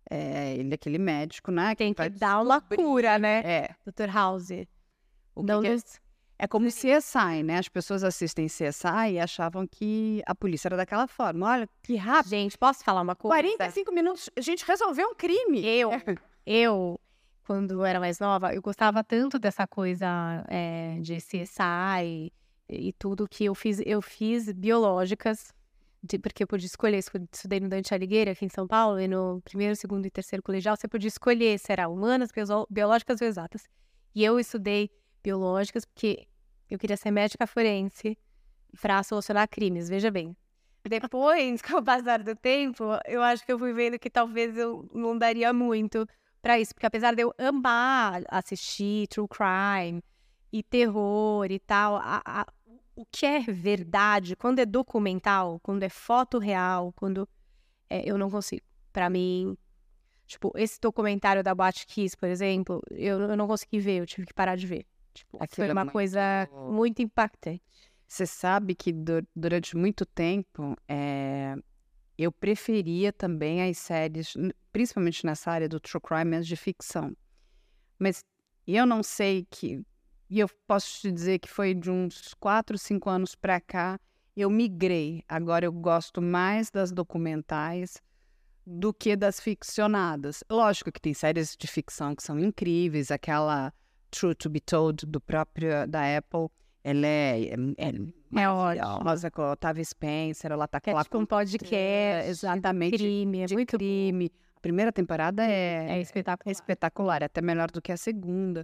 é, ele, aquele médico, né? tem que vai dar uma descobrir. cura, né? É. doutor House. O que Não que é? nos- É como C S I, né? As pessoas assistem C S I e achavam que a polícia era daquela forma. Olha, que rápido. Gente, posso falar uma coisa? quarenta e cinco minutos, a gente resolveu um crime. Eu, eu, quando era mais nova, eu gostava tanto dessa coisa é, de C S I e, e tudo que eu fiz. Eu fiz biológicas, de- porque eu podia escolher. Eu estudei no Dante Alighieri, aqui em São Paulo, e no primeiro, segundo e terceiro colegial, você podia escolher se era humanas, bio- biológicas ou exatas. E eu estudei biológicas porque eu queria ser médica forense para solucionar crimes, veja bem. Depois, com o passar do tempo, eu acho que eu fui vendo que talvez eu não daria muito pra isso, porque apesar de eu amar assistir true crime e terror e tal, a- a- o que é verdade, quando é documental, quando é foto real, quando é, eu não consigo. Pra mim, tipo, esse documentário da Batch Kiss, por exemplo, eu, eu não consegui ver, eu tive que parar de ver. Tipo, Aquilo foi é uma muito- coisa muito impactante. Você sabe que du- durante muito tempo é, eu preferia também as séries, n- principalmente nessa área do true crime, as de ficção. Mas eu não sei que. E eu posso te dizer que foi de uns quatro, cinco anos pra cá, eu migrei. Agora eu gosto mais das documentais do que das ficcionadas. Lógico que tem séries de ficção que são incríveis, aquela True to be Told do próprio da Apple, ela é, é, é É ótimo. maravilhosa, com a Octavia Spencer, ela tá Que é lá tipo com um podcast, exatamente crime, é de muito crime. A primeira temporada é, É espetacular. é espetacular, é até melhor do que a segunda.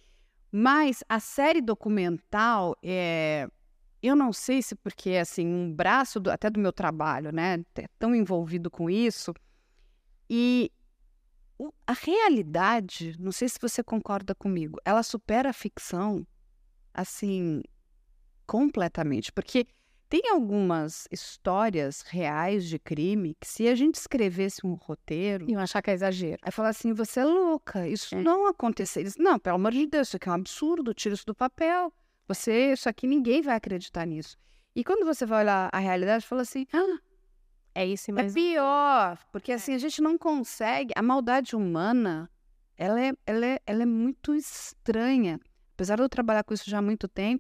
Mas a série documental, é, eu não sei se porque, assim, um braço do- até do meu trabalho, né, é tão envolvido com isso, e o- a realidade, não sei se você concorda comigo, ela supera a ficção, assim, completamente, porque tem algumas histórias reais de crime que se a gente escrevesse um roteiro, E eu achar que é exagero. aí falar assim, você é louca, isso É. não aconteceria. Não, pelo amor de Deus, isso aqui é um absurdo, tira isso do papel. Você, isso aqui, ninguém vai acreditar nisso. E quando você vai olhar a realidade, fala assim, ah, É isso é mesmo. pior, porque assim, a gente não consegue, a maldade humana, ela é, ela é, ela é muito estranha. Apesar de eu trabalhar com isso já há muito tempo,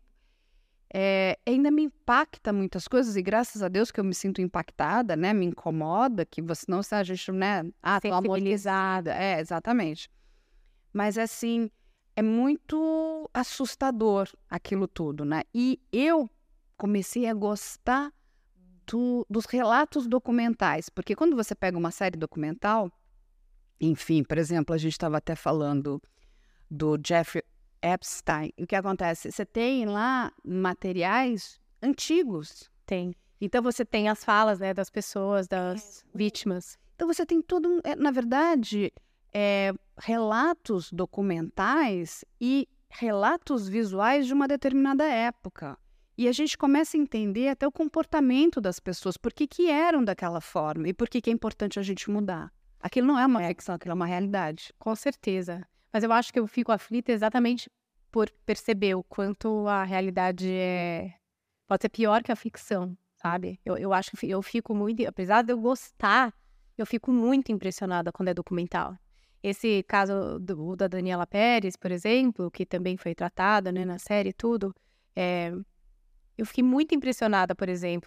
é, ainda me impacta muitas coisas, e graças a Deus que eu me sinto impactada, né? Me incomoda, que você não se a gente, né? Ah, tô amortizada. É, exatamente. Mas assim, é muito assustador aquilo tudo, né? E eu comecei a gostar do- dos relatos documentais, porque quando você pega uma série documental, enfim, por exemplo, a gente estava até falando do Jeffrey Epstein, e o que acontece? Você tem lá materiais antigos. Tem. Então você Tem as falas, né, das pessoas, das vítimas. Então você tem todo, um- é, na verdade, é, relatos documentais e relatos visuais de uma determinada época. E a gente começa a entender até o comportamento das pessoas, por que que eram daquela forma e por que que é importante a gente mudar. Aquilo não é uma ficção, aquilo é uma realidade. Com certeza. Mas eu acho que eu fico aflita exatamente por perceber o quanto a realidade é... pode ser pior que a ficção, sabe? Eu, eu acho que eu fico muito... Apesar de eu gostar, eu fico muito impressionada quando é documental. Esse caso do, da Daniela Pérez, por exemplo, que também foi tratada, né, na série e tudo, é, eu fiquei muito impressionada, por exemplo,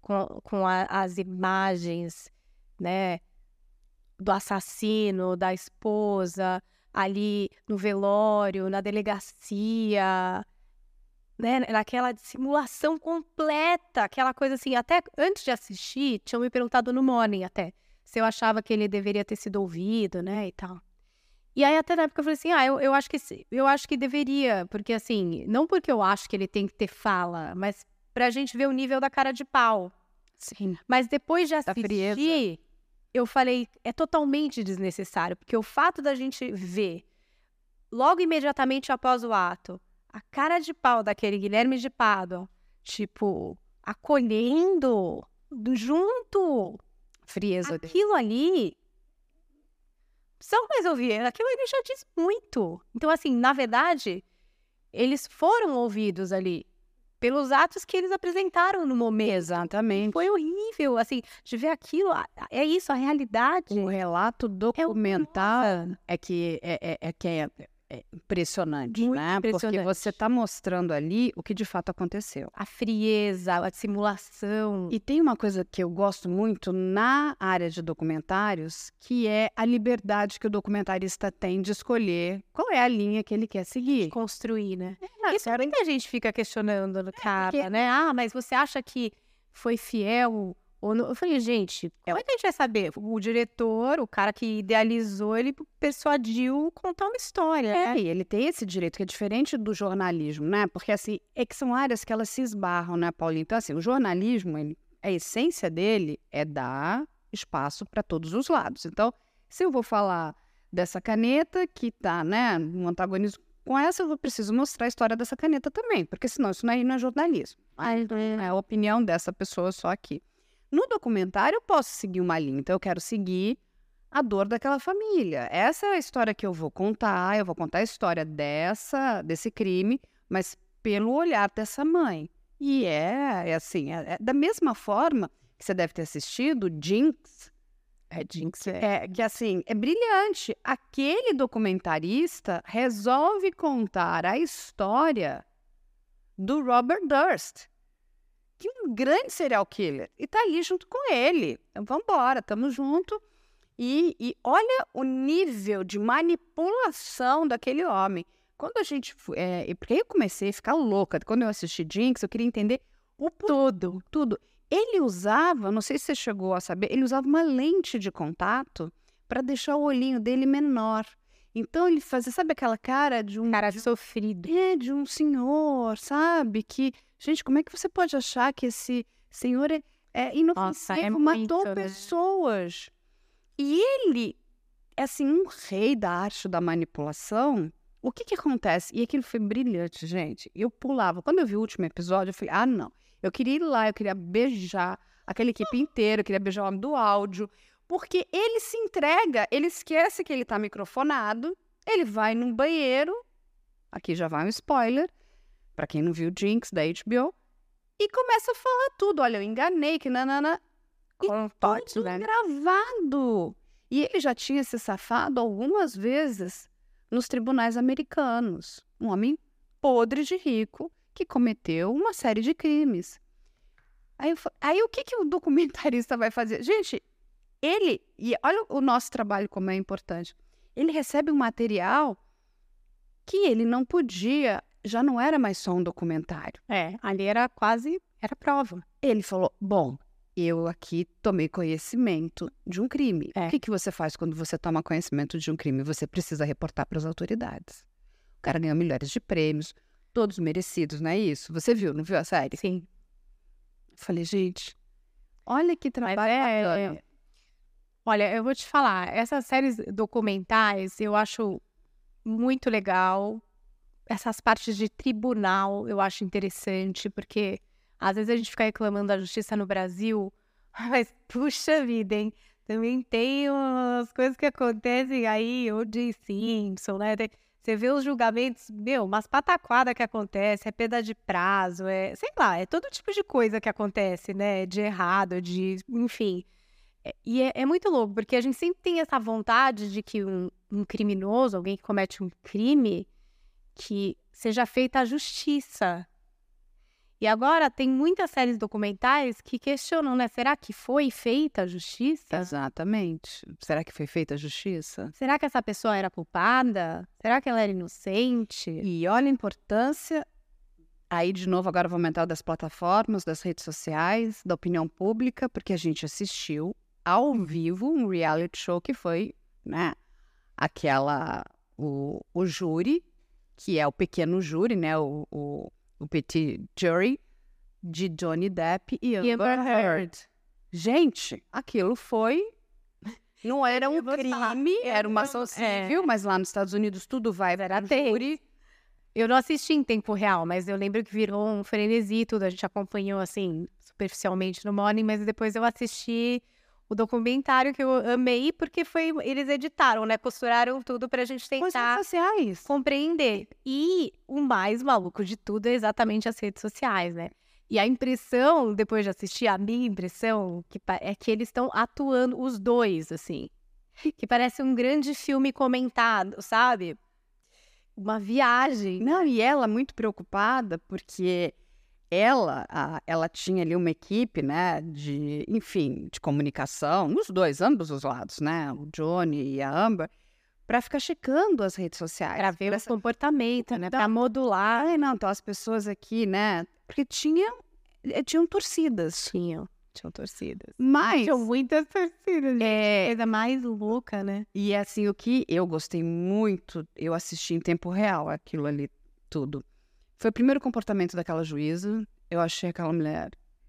com, com a- as imagens, né, do assassino, da esposa, ali no velório, na delegacia, né, naquela simulação completa, aquela coisa assim, até antes de assistir, tinham me perguntado no Morning até, se eu achava que ele deveria ter sido ouvido, né, e tal. E aí até na época eu falei assim, ah, eu, eu acho que se- eu acho que deveria, porque assim, não porque eu acho que ele tem que ter fala, mas pra gente ver o nível da cara de pau. Sim. Mas depois de Da frieza. assistir, eu falei, é totalmente desnecessário, porque o fato da gente ver, logo imediatamente após o ato, a cara de pau daquele Guilherme de Pádua, tipo, acolhendo, do- junto, Frieza dele. aquilo ali, só mais ouvir, aquilo ali já diz muito. Então, assim, na verdade, eles foram ouvidos ali pelos atos que eles apresentaram no momento. Exatamente. Foi horrível, assim, de ver aquilo. a- a- É isso, a realidade. O relato É documental horrorosa. é que é, é- é que é, é impressionante, Muito né? Porque impressionante. você está mostrando ali o que de fato aconteceu. A frieza, a simulação. E tem uma coisa que eu gosto muito na área de documentários, que é a liberdade que o documentarista tem de escolher qual é a linha que ele quer seguir. Construir, né? É, Isso muita gente fica questionando no cara, porque- né? Ah, mas você acha que foi fiel ou não? Eu falei, gente, como é que a gente vai saber? O diretor, o cara que idealizou, ele persuadiu contar uma história, É, né? e ele tem esse direito, que é diferente do jornalismo, né? Porque, assim, é que são áreas que elas se esbarram, né, Paulinho? Então, assim, o jornalismo, ele- a essência dele é dar espaço para todos os lados. Então, se eu vou falar dessa caneta que tá, né, no antagonismo com essa, eu vou preciso mostrar a história dessa caneta também, porque senão isso aí não é jornalismo. Aí, é a opinião dessa pessoa só aqui. No documentário, eu posso seguir uma linha, então eu quero seguir a dor daquela família. Essa é a história que eu vou contar, eu vou contar a história dessa, desse crime, mas pelo olhar dessa mãe. E é, é assim, é, é da mesma forma que você deve ter assistido Jinx, É, Jinx, é, que assim, é brilhante. Aquele documentarista resolve contar a história do Robert Durst, que é um grande serial killer, e tá ali junto com ele. Então, vamos embora, estamos juntos. E, e olha o nível de manipulação daquele homem. Quando a gente... fu- É, e porque aí eu comecei a ficar louca. Quando eu assisti Jinx, eu queria entender o tudo, tudo. Ele usava, não sei se você chegou a saber, ele usava uma lente de contato para deixar o olhinho dele menor. Então ele fazia, sabe aquela cara de um... cara sofrido. É, de um senhor, sabe? Que, gente, como é que você pode achar que esse senhor é, é inofensivo, é matou muito, né? pessoas? E ele, é assim, um rei da arte da manipulação. O que que acontece? E aquilo foi brilhante, gente. Eu pulava. Quando eu vi o último episódio, eu falei, ah, não. Eu queria ir lá, eu queria beijar aquela equipe inteira, eu queria beijar o homem do áudio. Porque ele se entrega, ele esquece que ele tá microfonado, ele vai num banheiro, aqui já vai um spoiler, pra quem não viu Jinx, da H B O, e começa a falar tudo. Olha, eu enganei, que nanana. E Pode, tudo né? gravado. E ele já tinha se safado algumas vezes nos tribunais americanos. Um homem podre de rico que cometeu uma série de crimes. Aí, eu fa- aí o que, que o documentarista vai fazer? Gente, ele... E olha o nosso trabalho como é importante. Ele recebe um material que ele não podia... Já não era mais só um documentário. É, ali era quase, era prova. Ele falou, bom, eu aqui tomei conhecimento de um crime. É. O que, que você faz quando você toma conhecimento de um crime? Você precisa reportar para as autoridades. O cara ganhou milhares de prêmios, todos merecidos, não é isso? Você viu, não viu a série? Sim. Eu falei, gente, olha que Mas trabalho é, bacana. é- Olha, eu vou te falar, essas séries documentais eu acho muito legal. Essas partes de tribunal eu acho interessante, porque às vezes a gente fica reclamando da justiça no Brasil, mas puxa vida, hein? Também tem umas coisas que acontecem aí, o de Simpson, né? Tem- Você vê os julgamentos, meu, umas pataquadas que acontece, é perda de prazo, é, sei lá, é todo tipo de coisa que acontece, né? De errado, de, enfim. É- E é, é muito louco, porque a gente sempre tem essa vontade de que um, um criminoso, alguém que comete um crime, que seja feita a justiça. E agora tem muitas séries documentais que questionam, né? Será que foi feita a justiça? Exatamente. Será que foi feita a justiça? Será que essa pessoa era culpada? Será que ela era inocente? E olha a importância, aí de novo agora vou aumentar das plataformas, das redes sociais, da opinião pública, porque a gente assistiu ao vivo um reality show que foi, né, aquela, o, o júri, que é o pequeno júri, né, o, o, o petit jury, de Johnny Depp e Amber, Amber Heard. Heard. Gente, aquilo foi... Não era um Eu vou falar, crime, eu- era uma eu- ação é. civil, mas lá nos Estados Unidos tudo vai Era para tenso. júri. Eu não assisti em tempo real, mas eu lembro que virou um frenesi e tudo. A gente acompanhou, assim, superficialmente no Morning, mas depois eu assisti o documentário que eu amei, porque foi, eles editaram, né? Costuraram tudo pra gente Coisas tentar sociais. compreender. E o mais maluco de tudo é exatamente as redes sociais, né? E a impressão, depois de assistir, a minha impressão, que pa- é que eles estão atuando os dois, assim. Que parece um grande filme comentado, sabe? Uma viagem. Não, e ela muito preocupada, porque ela, a- ela tinha ali uma equipe, né, de, enfim, de comunicação, os dois, ambos os lados, né, o Johnny e a Amber, para ficar checando as redes sociais. Pra ver o essa- comportamento, né? Então- Pra modular. Ai, não, então as pessoas aqui, né, porque tinha, eh, tinham torcidas, Tinham, tinham torcidas. mas... Tinham muitas torcidas. É, Coisa mais louca, né? e assim, o que eu gostei muito, eu assisti em tempo real aquilo ali, tudo. Foi o primeiro comportamento daquela juíza. Eu achei aquela mulher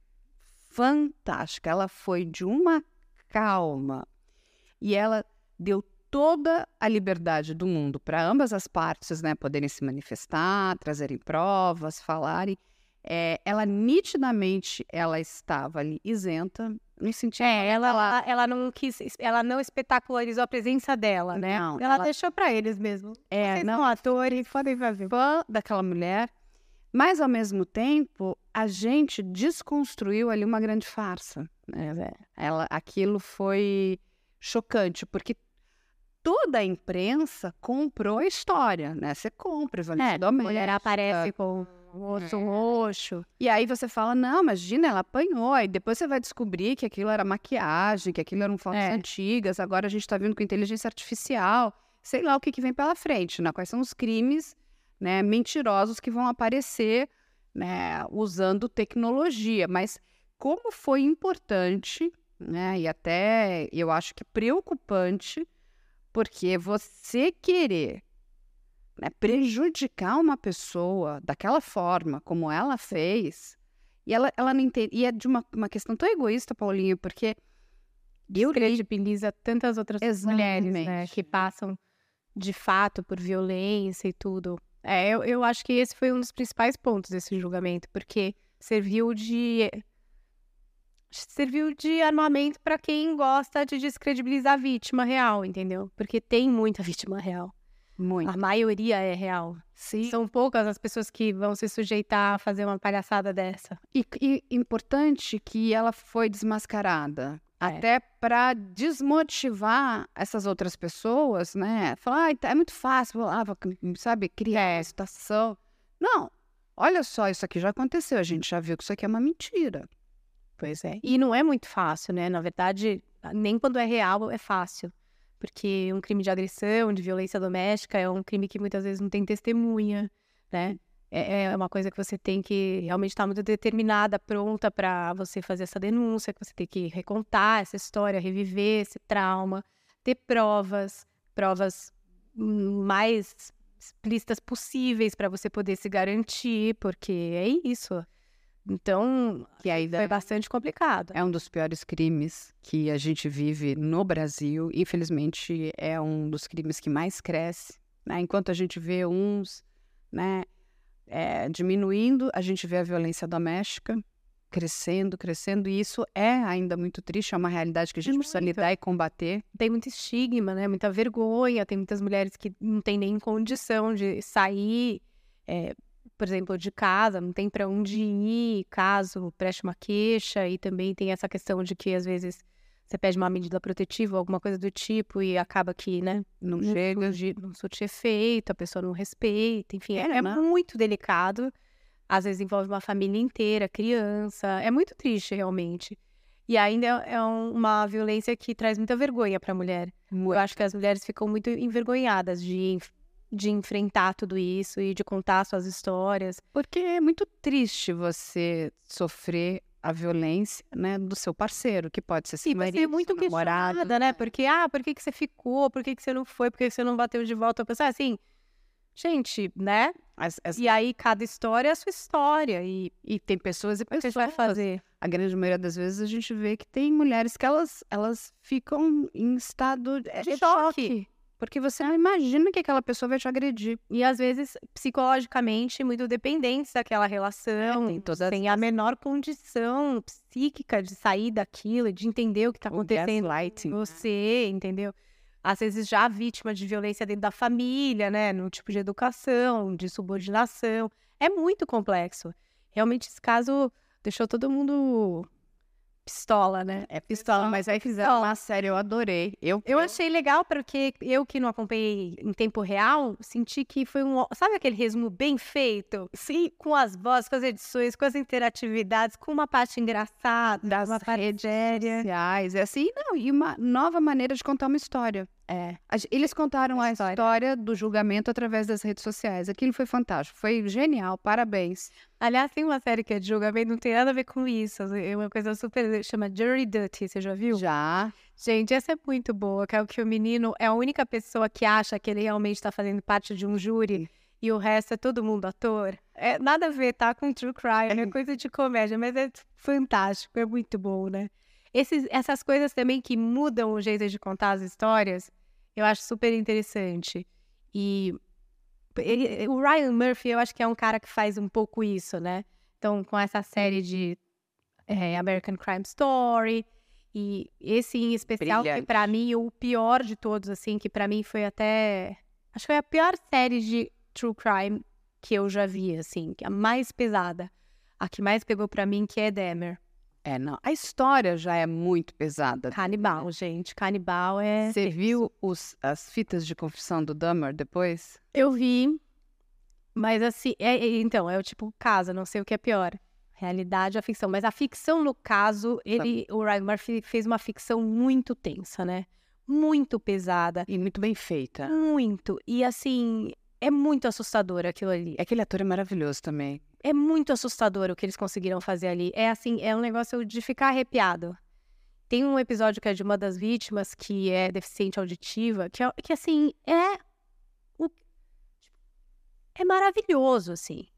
fantástica. Ela foi de uma calma. E ela deu toda a liberdade do mundo para ambas as partes, né, poderem se manifestar, trazerem provas, falarem. É, ela nitidamente ela estava ali isenta, no sentido... É, ela, ela, ela não quis, ela não espetacularizou a presença dela, né? Não, ela, ela- deixou pra eles mesmo. É, Vocês não, são atores, podem fazer. fã daquela mulher, mas ao mesmo tempo a gente desconstruiu ali uma grande farsa, né? Ela, aquilo foi chocante, porque toda a imprensa comprou a história, né? Você compra, violência É, a doméstica. mulher aparece com o osso roxo. E aí você fala, não, imagina, ela apanhou. E depois você vai descobrir que aquilo era maquiagem, que aquilo eram fotos É. antigas. Agora a gente está vindo com inteligência artificial. Sei lá o que, que vem pela frente, né? Quais são os crimes, né, mentirosos que vão aparecer, né, usando tecnologia. Mas como foi importante, né, e até eu acho que preocupante, porque você querer, né, prejudicar uma pessoa daquela forma, como ela fez, e ela, ela não entende, e é de uma, uma questão tão egoísta, Paulinho, porque eu li, Descredibiliza tantas outras mulheres, né? Exatamente. Que passam de fato por violência e tudo. É, eu, eu acho que esse foi um dos principais pontos desse julgamento, porque serviu de serviu de armamento para quem gosta de descredibilizar a vítima real, entendeu? Porque tem muita vítima real. muito, A maioria é real. sim, São poucas as pessoas que vão se sujeitar a fazer uma palhaçada dessa. e, e importante que ela foi desmascarada, até para desmotivar essas outras pessoas, né? Falar, ah, é muito fácil, vou lá, vou, sabe, criar a situação. Não, olha só, isso aqui já aconteceu, a gente já viu que isso aqui é uma mentira. Pois é. E não é muito fácil, né? Na verdade, nem quando é real é fácil. Porque um crime de agressão, de violência doméstica, é um crime que muitas vezes não tem testemunha, né? É, é uma coisa que você tem que realmente estar muito determinada, pronta para você fazer essa denúncia, que você tem que recontar essa história, reviver esse trauma, ter provas, provas hum, mais explícitas possíveis para você poder se garantir, porque é isso. Então, Que aí foi bastante complicado. é um dos piores crimes que a gente vive no Brasil. Infelizmente, é um dos crimes que mais cresce, né? Enquanto a gente vê uns, né, é, diminuindo, a gente vê a violência doméstica crescendo, crescendo. E isso é ainda muito triste, é uma realidade que a gente precisa Muito. lidar e combater. Tem muito estigma, né? Muita vergonha. Tem muitas mulheres que não têm nem condição de sair, é, por exemplo, de casa, não tem para onde ir, caso preste uma queixa. E também tem essa questão de que, às vezes, você pede uma medida protetiva ou alguma coisa do tipo e acaba que, né, Não não chega. surge, não surte efeito, a pessoa não respeita. Enfim, é, É, é né? muito delicado. Às vezes envolve uma família inteira, criança. É muito triste, realmente. E ainda é um- uma violência que traz muita vergonha para a mulher. Eu acho que as mulheres ficam muito envergonhadas de, de enfrentar tudo isso e de contar suas histórias. Porque é muito triste você sofrer a violência, né, do seu parceiro, que pode ser seu E você é marido, muito seu namorado. questionada, né? Porque, ah, por que que você ficou? Por que que você não foi? Por que que você não bateu de volta? Eu pensei assim, gente, né? As- as- E aí, cada história é a sua história. E E tem pessoas e o que você pessoas. vai fazer? A grande maioria das vezes a gente vê que tem mulheres que elas, elas ficam em estado de, De de choque. Porque você não imagina que aquela pessoa vai te agredir. E às vezes, psicologicamente, muito dependentes daquela relação, É, tem todas sem a as- menor condição psíquica de sair daquilo, de entender o que está O acontecendo com gaslighting. você, entendeu? Às vezes já vítima de violência dentro da família, né? No tipo de educação, de subordinação. É muito complexo. Realmente, esse caso deixou todo mundo pistola, né? É pistola, mas aí fizeram pistola. uma série, eu adorei. Eu, Eu achei legal porque eu que não acompanhei em tempo real, senti que foi um... Sabe aquele resumo bem feito? sim, Com as vozes, com as edições, com as interatividades, com uma parte engraçada, das uma parte redes séria. sociais, é assim, não, e uma nova maneira de contar uma história. É. A gen- Eles contaram a História. história do julgamento através das redes sociais. Aquilo foi fantástico, foi genial, parabéns. Aliás, tem uma série que é de julgamento, não tem nada a ver com isso. É uma coisa super... Chama Jury Duty, você já viu? Já. Gente, essa é muito boa, que é o que o menino é a única pessoa que acha que ele realmente está fazendo parte de um júri e o resto é todo mundo ator. É nada a ver, tá? Com true crime, é coisa de comédia, mas é fantástico, é muito bom, né? Esses, essas coisas também que mudam o jeito de contar as histórias, eu acho super interessante. E ele- o Ryan Murphy, eu acho que é um cara que faz um pouco isso, né? Então, com essa série de é, American Crime Story, e esse em especial, que Brilhante. pra mim, o pior de todos, assim, que pra mim foi até... Acho que foi a pior série de true crime que eu já vi, assim, que é a mais pesada. A que mais pegou pra mim, que é Dahmer. É, não. A história já é muito pesada. Canibal, gente. Canibal é... Você viu os, as fitas de confissão do Dahmer depois? Eu vi, mas assim, é- é- então, é o tipo caso, não sei o que é pior. Realidade ou a ficção. Mas a ficção, no caso, ele, o Ryan Murphy fez uma ficção muito tensa, né? Muito pesada. E muito bem feita. Muito. E assim, é muito assustador aquilo ali. Aquele ator é maravilhoso também. É muito assustador o que eles conseguiram fazer ali. É assim, é um negócio de ficar arrepiado. Tem um episódio que é de uma das vítimas que é deficiente auditiva, que, é, que assim, é... o- É maravilhoso, assim.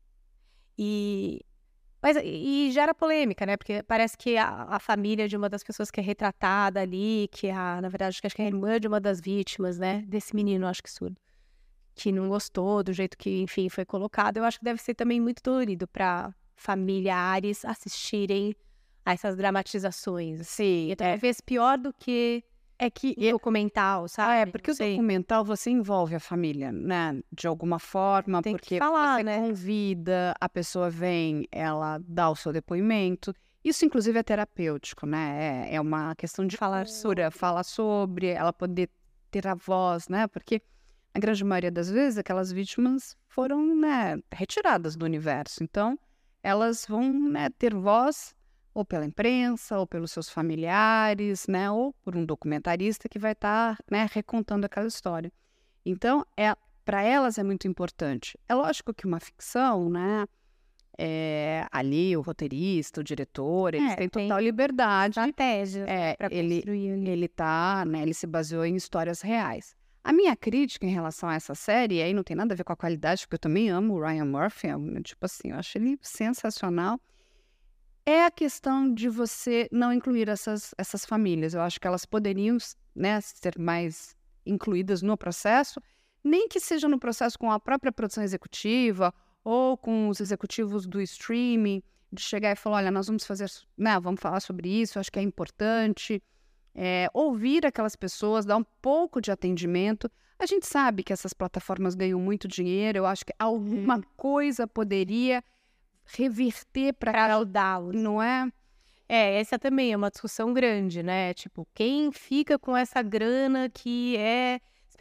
E... Mas, e gera polêmica, né? Porque parece que a, a família de uma das pessoas que é retratada ali, que é, a, na verdade, acho que é a irmã de uma das vítimas, né? Desse menino, acho que surdo. Que não gostou do jeito que, enfim, foi colocado. Eu acho que deve ser também muito dolorido para familiares assistirem a essas dramatizações. Sim, E talvez pior do que é que o documental, sabe? Ah, é, porque Não o sei. documental você envolve a família, né? De alguma forma, Tem que porque falar, você né? convida, a pessoa vem, ela dá o seu depoimento. Isso, inclusive, é terapêutico, né? É, é uma questão de falar sobre, falar sobre, ela poder ter a voz, né? Porque a grande maioria das vezes aquelas vítimas foram, né, retiradas do universo. Então, elas vão, né, ter voz ou pela imprensa, ou pelos seus familiares, né, ou por um documentarista que vai estar, né, recontando aquela história. Então, é, para elas é muito importante. É lógico que uma ficção, né, é, ali o roteirista, o diretor, eles É, têm tem total liberdade. Estratégia É, para ele, construir ali. ele tá, né, ele se baseou em histórias reais. A minha crítica em relação a essa série, e aí não tem nada a ver com a qualidade, porque eu também amo o Ryan Murphy, é um- tipo assim, eu acho ele sensacional, é a questão de você não incluir essas, essas famílias. Eu acho que elas poderiam, né, ser mais incluídas no processo, nem que seja no processo com a própria produção executiva ou com os executivos do streaming, de chegar e falar, olha, nós vamos fazer, né, vamos falar sobre isso, acho que é importante. É, ouvir aquelas pessoas, dar um pouco de atendimento. A gente sabe que essas plataformas ganham muito dinheiro, eu acho que alguma coisa poderia reverter para Ajudá-los. não é? É, essa também é uma discussão grande, né? Tipo, quem fica com essa grana que é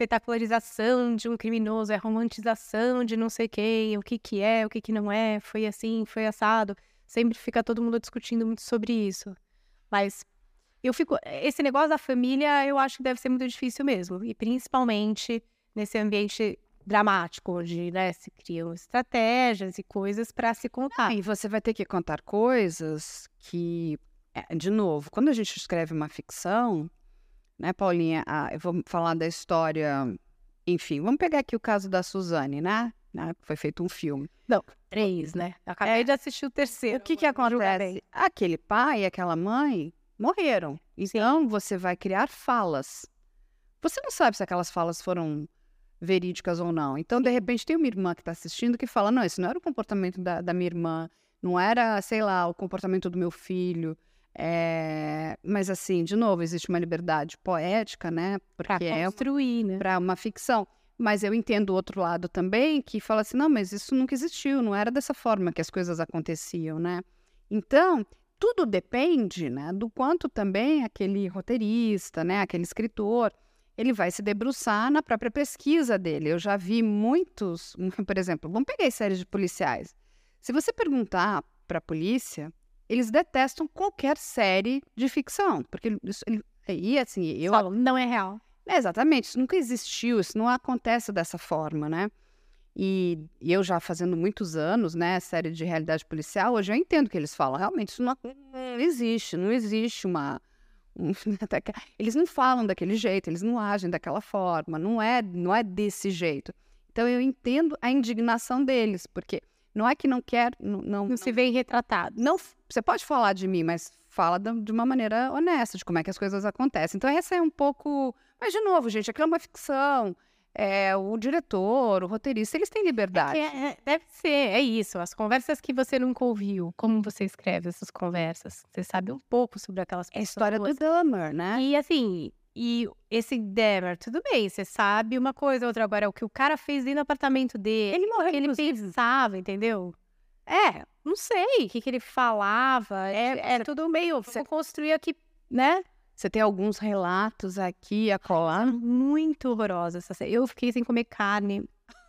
espetacularização de um criminoso, é romantização de não sei quem, o que que é, o que que não é, foi assim, foi assado. Sempre fica todo mundo discutindo muito sobre isso. Mas eu fico... Esse negócio da família, eu acho que deve ser muito difícil mesmo. E principalmente nesse ambiente dramático, onde, né, se criam estratégias e coisas para se contar. Ah, e você vai ter que contar coisas que, é, de novo, quando a gente escreve uma ficção, né, Paulinha, ah, eu vou falar da história, enfim, vamos pegar aqui o caso da Suzane, né? né? Foi feito um filme. Não, três, né? Eu acabei de assistir o terceiro. O que que acontece? Aquele pai e aquela mãe morreram. Então, você vai criar falas. Você não sabe se aquelas falas foram verídicas ou não. Então, de repente, tem uma irmã que está assistindo que fala, não, esse não era o comportamento da, da minha irmã, não era, sei lá, o comportamento do meu filho. É... Mas, assim, de novo, existe uma liberdade poética, né? Para construir, é né? Para uma ficção. Mas eu entendo o outro lado também, que fala assim, não, mas isso nunca existiu, não era dessa forma que as coisas aconteciam, né? Então, tudo depende, né, do quanto também aquele roteirista, né, aquele escritor, ele vai se debruçar na própria pesquisa dele. Eu já vi muitos, por exemplo, vamos pegar as séries de policiais. Se você perguntar para a polícia, eles detestam qualquer série de ficção, porque isso, ele, e assim, eu... Falam, não é real. É, exatamente, isso nunca existiu, isso não acontece dessa forma, né? E, e eu já fazendo muitos anos, né, série de realidade policial, hoje eu entendo o que eles falam. Realmente, isso não, não existe, não existe uma... Um, eles não falam daquele jeito, eles não agem daquela forma, não é, não é desse jeito. Então, eu entendo a indignação deles, porque não é que não quer... Não, não, não, não se vê retratado. Não, você pode falar de mim, mas fala de uma maneira honesta, de como é que as coisas acontecem. Então, essa é um pouco... Mas, de novo, gente, aquilo é uma ficção. É, o diretor, o roteirista, eles têm liberdade. É, é, deve ser, é isso. As conversas que você nunca ouviu, como você escreve essas conversas? Você sabe um pouco sobre aquelas pessoas. É a história do Dahmer, né? E assim, e esse Dahmer, tudo bem, você sabe uma coisa ou outra. Agora, o que o cara fez dentro do apartamento dele, Ele morreu, ele inclusive. pensava, entendeu? É, não sei o que, que ele falava. É, é Você- tudo meio, você- vou construir aqui, né? Você tem alguns relatos aqui a colar. Muito horrorosa essa série. Eu fiquei sem comer carne.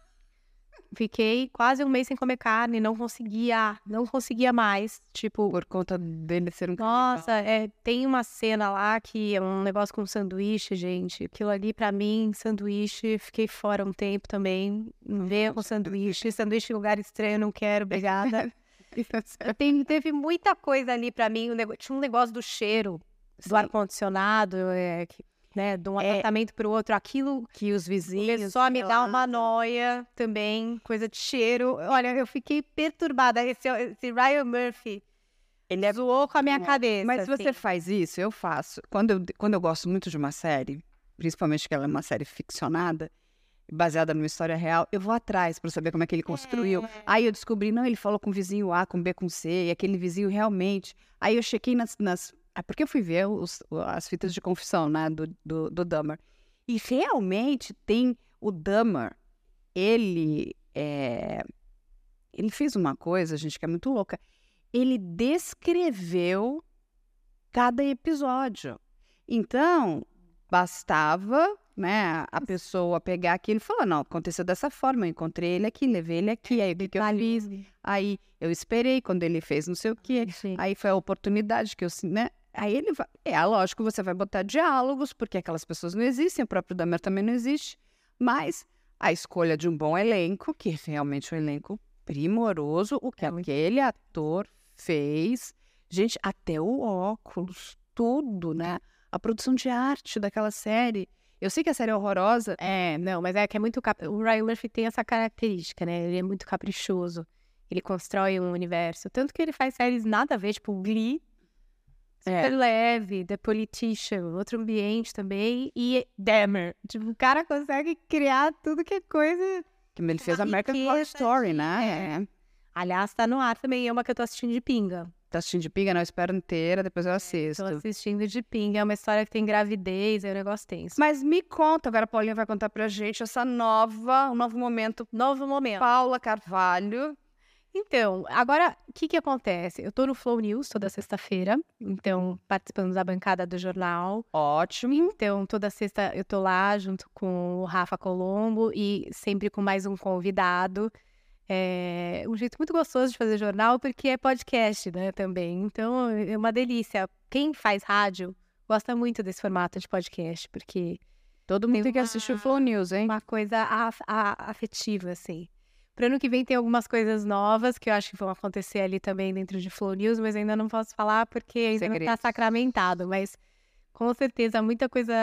Fiquei quase um mês sem comer carne, não conseguia, não conseguia mais. Tipo, Por conta dele ser um nossa, é, tem uma cena lá que é um negócio com sanduíche, gente. Aquilo ali, pra mim, sanduíche, fiquei fora um tempo também. Não venha com sanduíche. Sanduíche em lugar estranho, não quero, obrigada. Tem, teve muita coisa ali pra mim. Um nego... Tinha um negócio do cheiro, do Sim. ar-condicionado, é, que, né, de um É. apartamento pro outro. Aquilo que os vizinhos... começou a me dar uma relatam. noia também, coisa de cheiro. Olha, eu fiquei perturbada. Esse, esse Ryan Murphy Ele é... zoou com a minha cabeça. Mas se você assim. faz isso, eu faço. Quando eu, quando eu gosto muito de uma série, principalmente que ela é uma série ficcionada, baseada numa história real, eu vou atrás para saber como é que ele construiu. Aí eu descobri, não, ele falou com o vizinho A, com B, com C, e aquele vizinho realmente... Aí eu chequei nas... nas... Ah, porque eu fui ver os, as fitas de confissão, né, do, do, do Dahmer. E realmente tem o Dahmer, ele... É... Ele fez uma coisa, gente, que é muito louca. Ele descreveu cada episódio. Então, bastava, né, a pessoa pegar aquilo e falar, não, aconteceu dessa forma, eu encontrei ele aqui, levei ele aqui, aí o que, que eu fiz? Aí eu esperei quando ele fez não sei o quê, Sim. aí foi a oportunidade que eu, né, aí ele vai, é lógico, você vai botar diálogos, porque aquelas pessoas não existem, o próprio Dahmer também não existe, mas a escolha de um bom elenco, que realmente é um elenco primoroso, o que É muito aquele ator fez, gente, até o óculos, tudo, né? A produção de arte daquela série. Eu sei que a série é horrorosa. É, não, mas é que é muito... Cap... O Ryan Murphy tem essa característica, né? Ele é muito caprichoso. Ele constrói um universo. Tanto que ele faz séries nada a ver, tipo Glee, É. super leve, The Politician, outro ambiente também, e Dahmer. Tipo, o cara consegue criar tudo que é coisa... Que ele fez Uma American riqueza Horror Story, de- né? É. Aliás, tá no ar também, é uma que eu tô assistindo de pinga. Tá assistindo de pinga? Não, eu espero inteira, depois eu assisto. Tô assistindo de pinga, é uma história que tem gravidez, é um negócio tenso. Mas me conta, agora a Paulinha vai contar pra gente essa nova, um novo momento. Novo momento. Paula Carvalho. Então, agora, o que que acontece? Eu tô no Flow News toda sexta-feira, então, participando da bancada do jornal. Ótimo. Então, toda sexta eu tô lá junto com o Rafa Colombo e sempre com mais um convidado. É um jeito muito gostoso de fazer jornal, porque é podcast, né, também. Então, é uma delícia. Quem faz rádio gosta muito desse formato de podcast, porque Todo mundo tem tem que uma- assistir o Flow News, hein? uma coisa af- a- afetiva, assim. Pro ano que vem tem algumas coisas novas que eu acho que vão acontecer ali também dentro de Flow News, mas ainda não posso falar porque ainda não tá Segredos. sacramentado. Mas com certeza muita coisa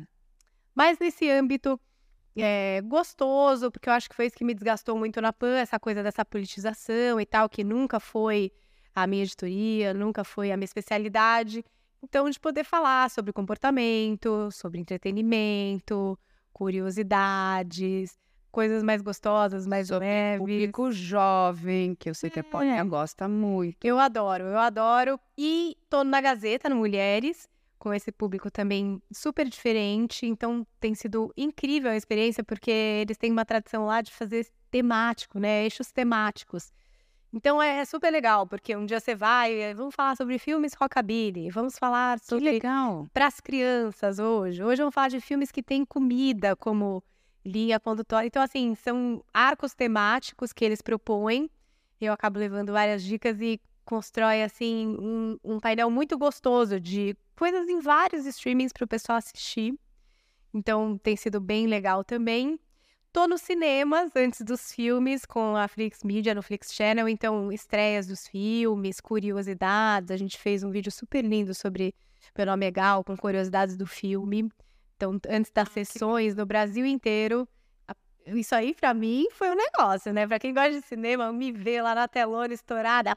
mais nesse âmbito é, gostoso, porque eu acho que foi isso que me desgastou muito na Pan, essa coisa dessa politização e tal, que nunca foi a minha editoria, nunca foi a minha especialidade. Então, de poder falar sobre comportamento, sobre entretenimento, curiosidades, coisas mais gostosas, mais Sobre leves. público jovem, que eu sei que a Paulinha gosta muito. Eu adoro, eu adoro. E tô na Gazeta, no Mulheres, com esse público também super diferente. Então, tem sido incrível a experiência, porque eles têm uma tradição lá de fazer temático, né? Eixos temáticos. Então, é super legal, porque um dia você vai, eh, vamos falar sobre filmes rockabilly, vamos falar Que sobre legal. para as crianças hoje. Hoje vamos falar de filmes que têm comida como linha condutória. Então, assim, são arcos temáticos que eles propõem. Eu acabo levando várias dicas e constrói, assim, um, um painel muito gostoso de coisas em vários streamings para o pessoal assistir. Então, tem sido bem legal também. Tô nos cinemas antes dos filmes com a Flix Media no Flix Channel, então estreias dos filmes, curiosidades. A gente fez um vídeo super lindo sobre Meu Nome é Gal, com curiosidades do filme. Então, antes das sessões no Brasil inteiro, a- isso aí pra mim foi um negócio, né? Pra quem gosta de cinema, me ver lá na telona estourada,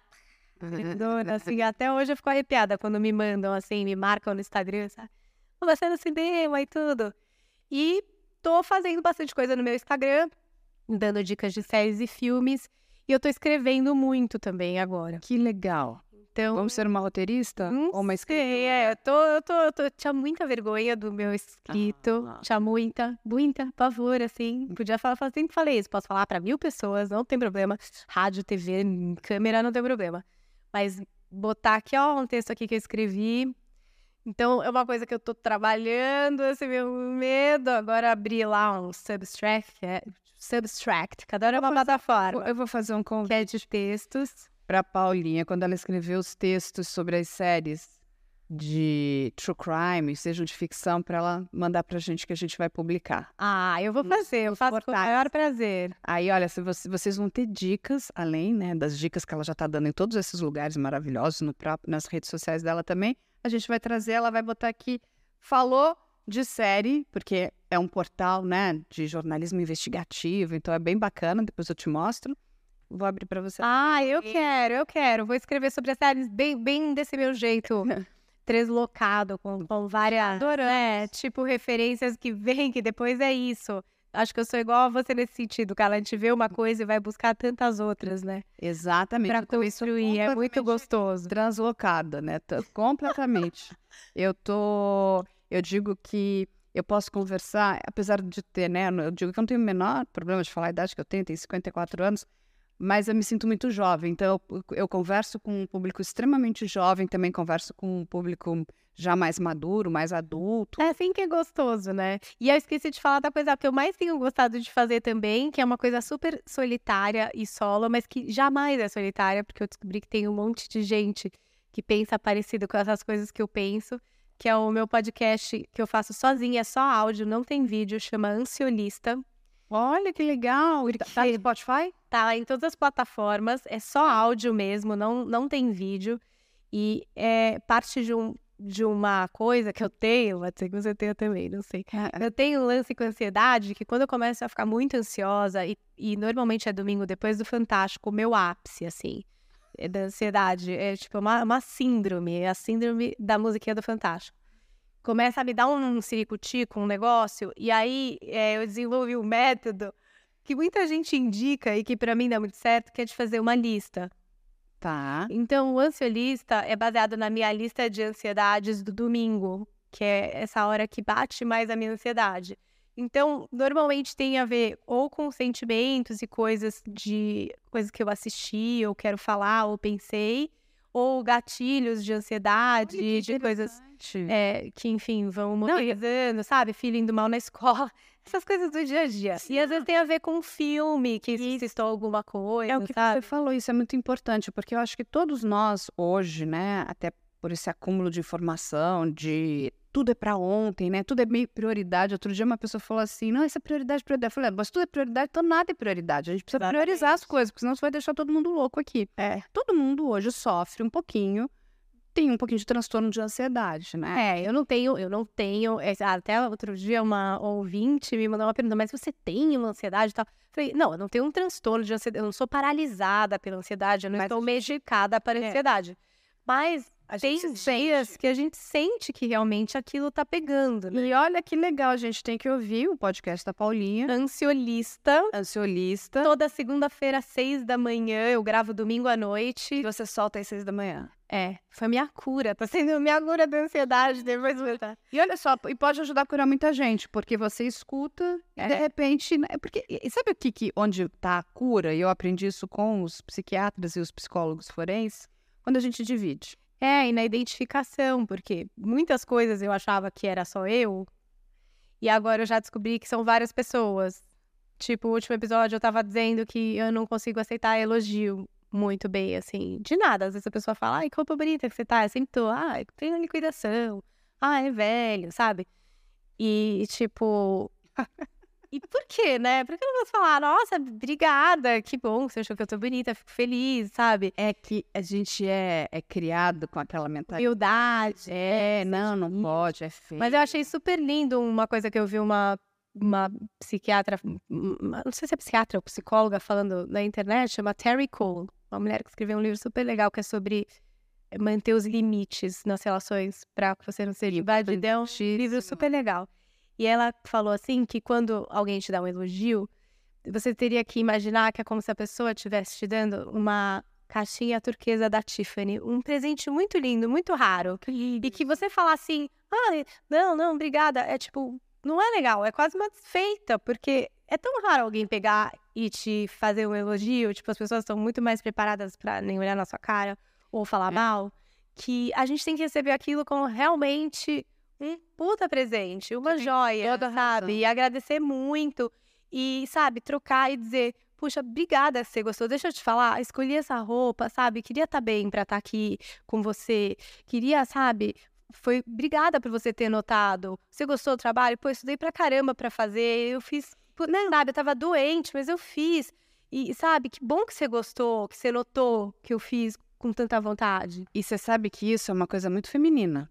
dona, assim, até hoje eu fico arrepiada quando me mandam, assim, me marcam no Instagram, sabe? "Pô, vai ser no cinema e tudo." E tô fazendo bastante coisa no meu Instagram, dando dicas de séries e filmes. E eu tô escrevendo muito também agora. Que legal. Então, Vamos ser uma roteirista não ou uma sei, escritora? é, eu tô, eu tô, eu tô, tinha muita vergonha do meu escrito, Ah. tinha muita, muita pavor, assim. Podia falar, falar, sempre falei isso, posso falar pra mil pessoas, não tem problema. Rádio, T V, câmera, não tem problema. Mas botar aqui, ó, um texto aqui que eu escrevi. Então, é uma coisa que eu tô trabalhando, esse meu medo. Agora abrir lá um Substract, que é Substract, cada hora é uma plataforma, Eu vou fazer um que convite é de textos. para Paulinha, quando ela escreveu os textos sobre as séries de true crime, sejam de ficção, para ela mandar pra gente que a gente vai publicar. Ah, eu vou fazer, eu nos faço com o portais. maior prazer. Aí, olha, se você- vocês vão ter dicas, além, né, das dicas que ela já tá dando em todos esses lugares maravilhosos, no próprio, nas redes sociais dela também, a gente vai trazer, ela vai botar aqui, falou de série, porque é um portal, né, de jornalismo investigativo, então é bem bacana, depois eu te mostro. Vou abrir para você. Ah, eu quero, eu quero. Vou escrever sobre as séries bem, bem desse meu jeito, translocado, com, com várias, é, tipo, referências que vêm, que depois é isso. Acho que eu sou igual a você nesse sentido, cara. A gente vê uma coisa e vai buscar tantas outras, né? Exatamente. Pra eu também sou construir, é muito completamente gostoso. translocada, né? Tô- Completamente. eu tô, eu digo que eu posso conversar, apesar de ter, né? Eu digo que eu não tenho o menor problema de falar a idade que eu tenho, tenho cinquenta e quatro anos, mas eu me sinto muito jovem. Então eu, eu converso com um público extremamente jovem, também converso com um público já mais maduro, mais adulto. É assim que é gostoso, né? E eu esqueci de falar da coisa que eu mais tenho gostado de fazer também, que é uma coisa super solitária e solo, mas que jamais é solitária, porque eu descobri que tem um monte de gente que pensa parecido com essas coisas que eu penso, que é o meu podcast que eu faço sozinha, é só áudio, não tem vídeo, chama Ansiolista. Olha que legal! E tá- Tá no Porque- Spotify? Tá em todas as plataformas, é só áudio mesmo, não, não tem vídeo. E é parte de, um, de uma coisa que eu tenho, pode ser que você tenha também, não sei. Eu tenho um lance com ansiedade, que quando eu começo a ficar muito ansiosa, e, e normalmente é domingo depois do Fantástico, o meu ápice, assim, é da ansiedade, é tipo uma, uma síndrome, é a síndrome da musiquinha do Fantástico. Começa a me dar um ciricutico, um negócio, e aí é, eu desenvolvi um método que muita gente indica e que pra mim dá muito certo, que é de fazer uma lista. Tá. Então, o Ansiolista é baseado na minha lista de ansiedades do domingo, que é essa hora que bate mais a minha ansiedade. Então, normalmente tem a ver ou com sentimentos e coisas de coisas que eu assisti, ou quero falar, ou pensei, ou gatilhos de ansiedade, Olha que de coisas interessante. é, que, enfim, vão Não, e- mobilizando, sabe? Filho indo mal na escola, essas coisas do dia a dia. E às vezes tem a ver com um filme, que citou alguma coisa, É o que sabe? você falou, isso é muito importante, porque eu acho que todos nós hoje, né, até por esse acúmulo de informação, de tudo é para ontem, né, tudo é meio prioridade. Outro dia uma pessoa falou assim, não, isso é prioridade, prioridade. Eu falei, mas tudo é prioridade, então nada é prioridade. A gente precisa Exatamente. priorizar as coisas, porque senão você vai deixar todo mundo louco aqui. É. Todo mundo hoje sofre um pouquinho, tem um pouquinho de transtorno de ansiedade, né? É, eu não tenho, eu não tenho. é, Até outro dia uma ouvinte me mandou uma pergunta, mas você tem uma ansiedade e tal? Falei, não, eu não tenho um transtorno de ansiedade, eu não sou paralisada pela ansiedade, eu não Mas estou a gente- medicada para É. ansiedade. Mas A tem gente dias sente. que a gente sente que realmente aquilo tá pegando, né? E olha que legal, a gente tem que ouvir o podcast da Paulinha, Ansiolista, Ansiolista, toda segunda-feira às seis da manhã, eu gravo domingo à noite. que você solta às seis da manhã. É, foi minha cura, tá sendo minha cura da ansiedade, depois vou tá. E olha só, e pode ajudar a curar muita gente, porque você escuta e de É. repente, né, porque e sabe o que, que onde está a cura? E eu aprendi isso com os psiquiatras e os psicólogos forenses, quando a gente divide. É, e na identificação, porque muitas coisas eu achava que era só eu, e agora eu já descobri que são várias pessoas. Tipo, o último episódio eu tava dizendo que eu não consigo aceitar elogio muito bem, assim, de nada. Às vezes a pessoa fala, ai, que roupa bonita que você tá. Eu sempre tô, ah, tem liquidação. Ah, é velho, sabe? E, tipo... E por quê, né? Por que eu não posso falar, nossa, obrigada, que bom que você achou que eu tô bonita, fico feliz, sabe? É que a gente é, é criado com aquela mentalidade. Humildade. É, não, não isso. pode, é feio. Mas eu achei super lindo uma coisa que eu vi uma, uma psiquiatra, uma- não sei se é psiquiatra ou psicóloga falando na internet, chama Terry Cole, uma mulher que escreveu um livro super legal que é sobre manter os limites nas relações para que você não seja invadido. É um livro super legal. E ela falou assim que quando alguém te dá um elogio, você teria que imaginar que é como se a pessoa estivesse te dando uma caixinha turquesa da Tiffany, um presente muito lindo, muito raro. E que você falar assim, ah, não, não, obrigada, é tipo, não é legal, é quase uma desfeita, porque é tão raro alguém pegar e te fazer um elogio, tipo, as pessoas estão muito mais preparadas pra nem olhar na sua cara ou falar É. mal, que a gente tem que receber aquilo como realmente um puta presente, uma joia, toda a razão. sabe? E agradecer muito e, sabe, trocar e dizer, puxa, obrigada que você gostou. Deixa eu te falar, escolhi essa roupa, sabe? Queria estar bem pra estar aqui com você. Queria, sabe? Foi obrigada por você ter notado. Você gostou do trabalho? Pô, eu estudei pra caramba pra fazer. Eu fiz, pô, não, sabe? Eu tava doente, mas eu fiz. E, sabe, que bom que você gostou, que você notou que eu fiz com tanta vontade. E você sabe que isso é uma coisa muito feminina.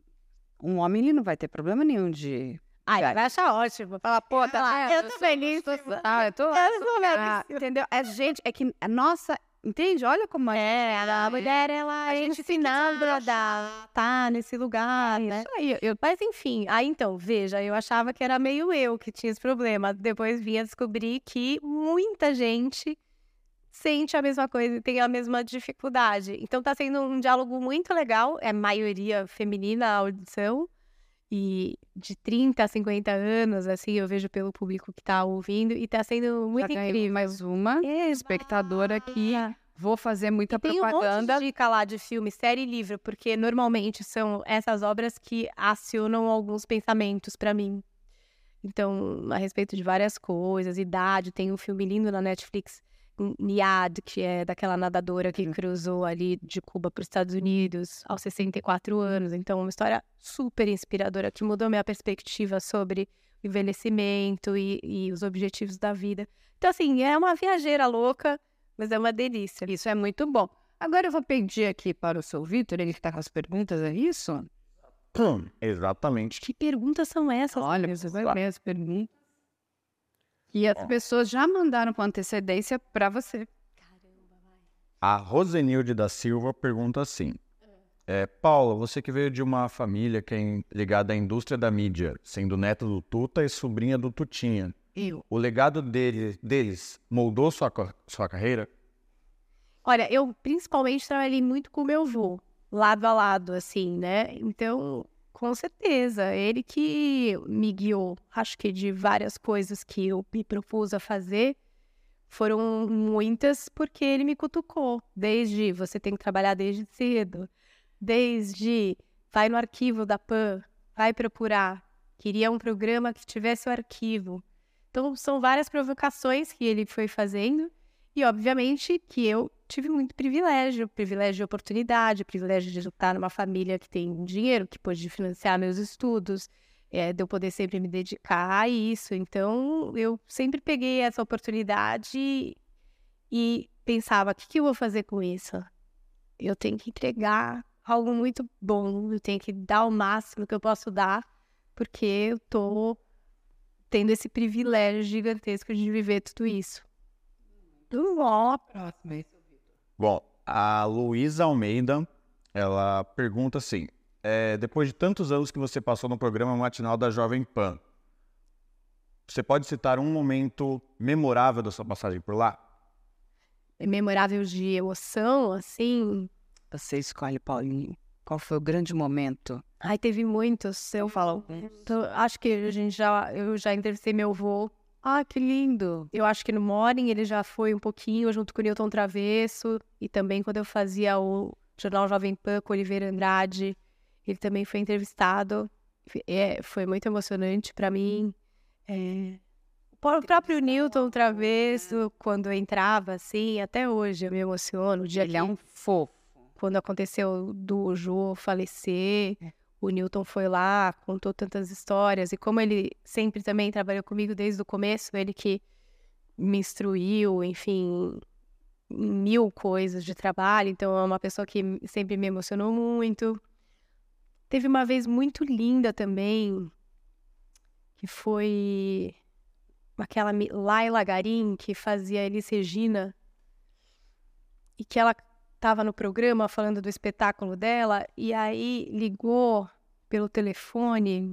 Um homem ele não vai ter problema nenhum de Ai, Vai. vai achar ótimo. falar, pô, Ah, tá, eu tô feliz. Ah, eu tô Eu sou ah, entendeu? É gente, é que a nossa, entende? Olha como é. É, a mulher, ela A é gente fica ensinada a desacha. dar, tá nesse lugar, né? Isso aí, eu Mas enfim, aí então, veja, eu achava que era meio eu que tinha esse problema. Depois vim a descobrir que muita gente sente a mesma coisa e tem a mesma dificuldade. Então tá sendo um diálogo muito legal, é maioria feminina a audição. E de trinta a cinquenta anos, assim, eu vejo pelo público que tá ouvindo, e tá sendo muito já ganhei incrível. mais uma Exato. espectadora aqui. Vou fazer muita E tem um propaganda. monte de dica lá de filme, série e livro, porque normalmente são essas obras que acionam alguns pensamentos pra mim. Então, a respeito de várias coisas, idade, tem um filme lindo na Netflix, Niad, que é daquela nadadora que cruzou ali de Cuba para os Estados Unidos aos sessenta e quatro anos. Então, uma história super inspiradora que mudou minha perspectiva sobre o envelhecimento e, e os objetivos da vida. Então, assim, é uma viajeira louca, mas é uma delícia. Isso é muito bom. Agora eu vou pedir aqui para o seu Vitor, ele que está com as perguntas, é isso? Exatamente. Que perguntas são essas? Olha, você vai ler as perguntas. E as pessoas já mandaram com antecedência para você. A Rosenilde da Silva pergunta assim. É, Paula, você que veio de uma família que é ligada à indústria da mídia, sendo neta do Tuta e sobrinha do Tutinha, Eu. o legado dele, deles moldou sua, co- sua carreira? Olha, eu principalmente trabalhei muito com o meu avô, lado a lado, assim, né? Então, Com certeza, ele que me guiou. Acho que de várias coisas que eu me propus a fazer, foram muitas porque ele me cutucou. Desde você tem que trabalhar desde cedo, desde vai no arquivo da P A N, vai procurar. Queria um programa que tivesse o arquivo. Então, são várias provocações que ele foi fazendo e, obviamente, que eu tive muito privilégio, privilégio de oportunidade, privilégio de estar numa família que tem dinheiro, que pôde financiar meus estudos, é, de eu poder sempre me dedicar a isso. Então, eu sempre peguei essa oportunidade e pensava, o que, que eu vou fazer com isso? Eu tenho que entregar algo muito bom, eu tenho que dar o máximo que eu posso dar, porque eu tô tendo esse privilégio gigantesco de viver tudo isso. Tudo bom. Próximo. Bom, a Luísa Almeida, ela pergunta assim, é, depois de tantos anos que você passou no programa matinal da Jovem Pan, você pode citar um momento memorável da sua passagem por lá? É memorável de emoção, assim. Você escolhe, Paulinho. Qual foi o grande momento? Ai, teve muitos, eu falo. Então, acho que a gente já, eu já entrevistei meu avô. Ah, que lindo! Eu acho que no Morning ele já foi um pouquinho, junto com o Newton Travesso. E também quando eu fazia o Jornal Jovem Pan com o Oliveira Andrade, ele também foi entrevistado. É, foi muito emocionante para mim. É... O próprio Newton Travesso, quando eu entrava, assim, até hoje eu me emociono. O dia Ele que... é um fofo. Quando aconteceu do Jô falecer, o Newton foi lá, contou tantas histórias. E como ele sempre também trabalhou comigo desde o começo, ele que me instruiu, enfim, em mil coisas de trabalho. Então, é uma pessoa que sempre me emocionou muito. Teve uma vez muito linda também, que foi aquela Laila Garim, que fazia Elis Regina, e que ela estava no programa falando do espetáculo dela, e aí ligou pelo telefone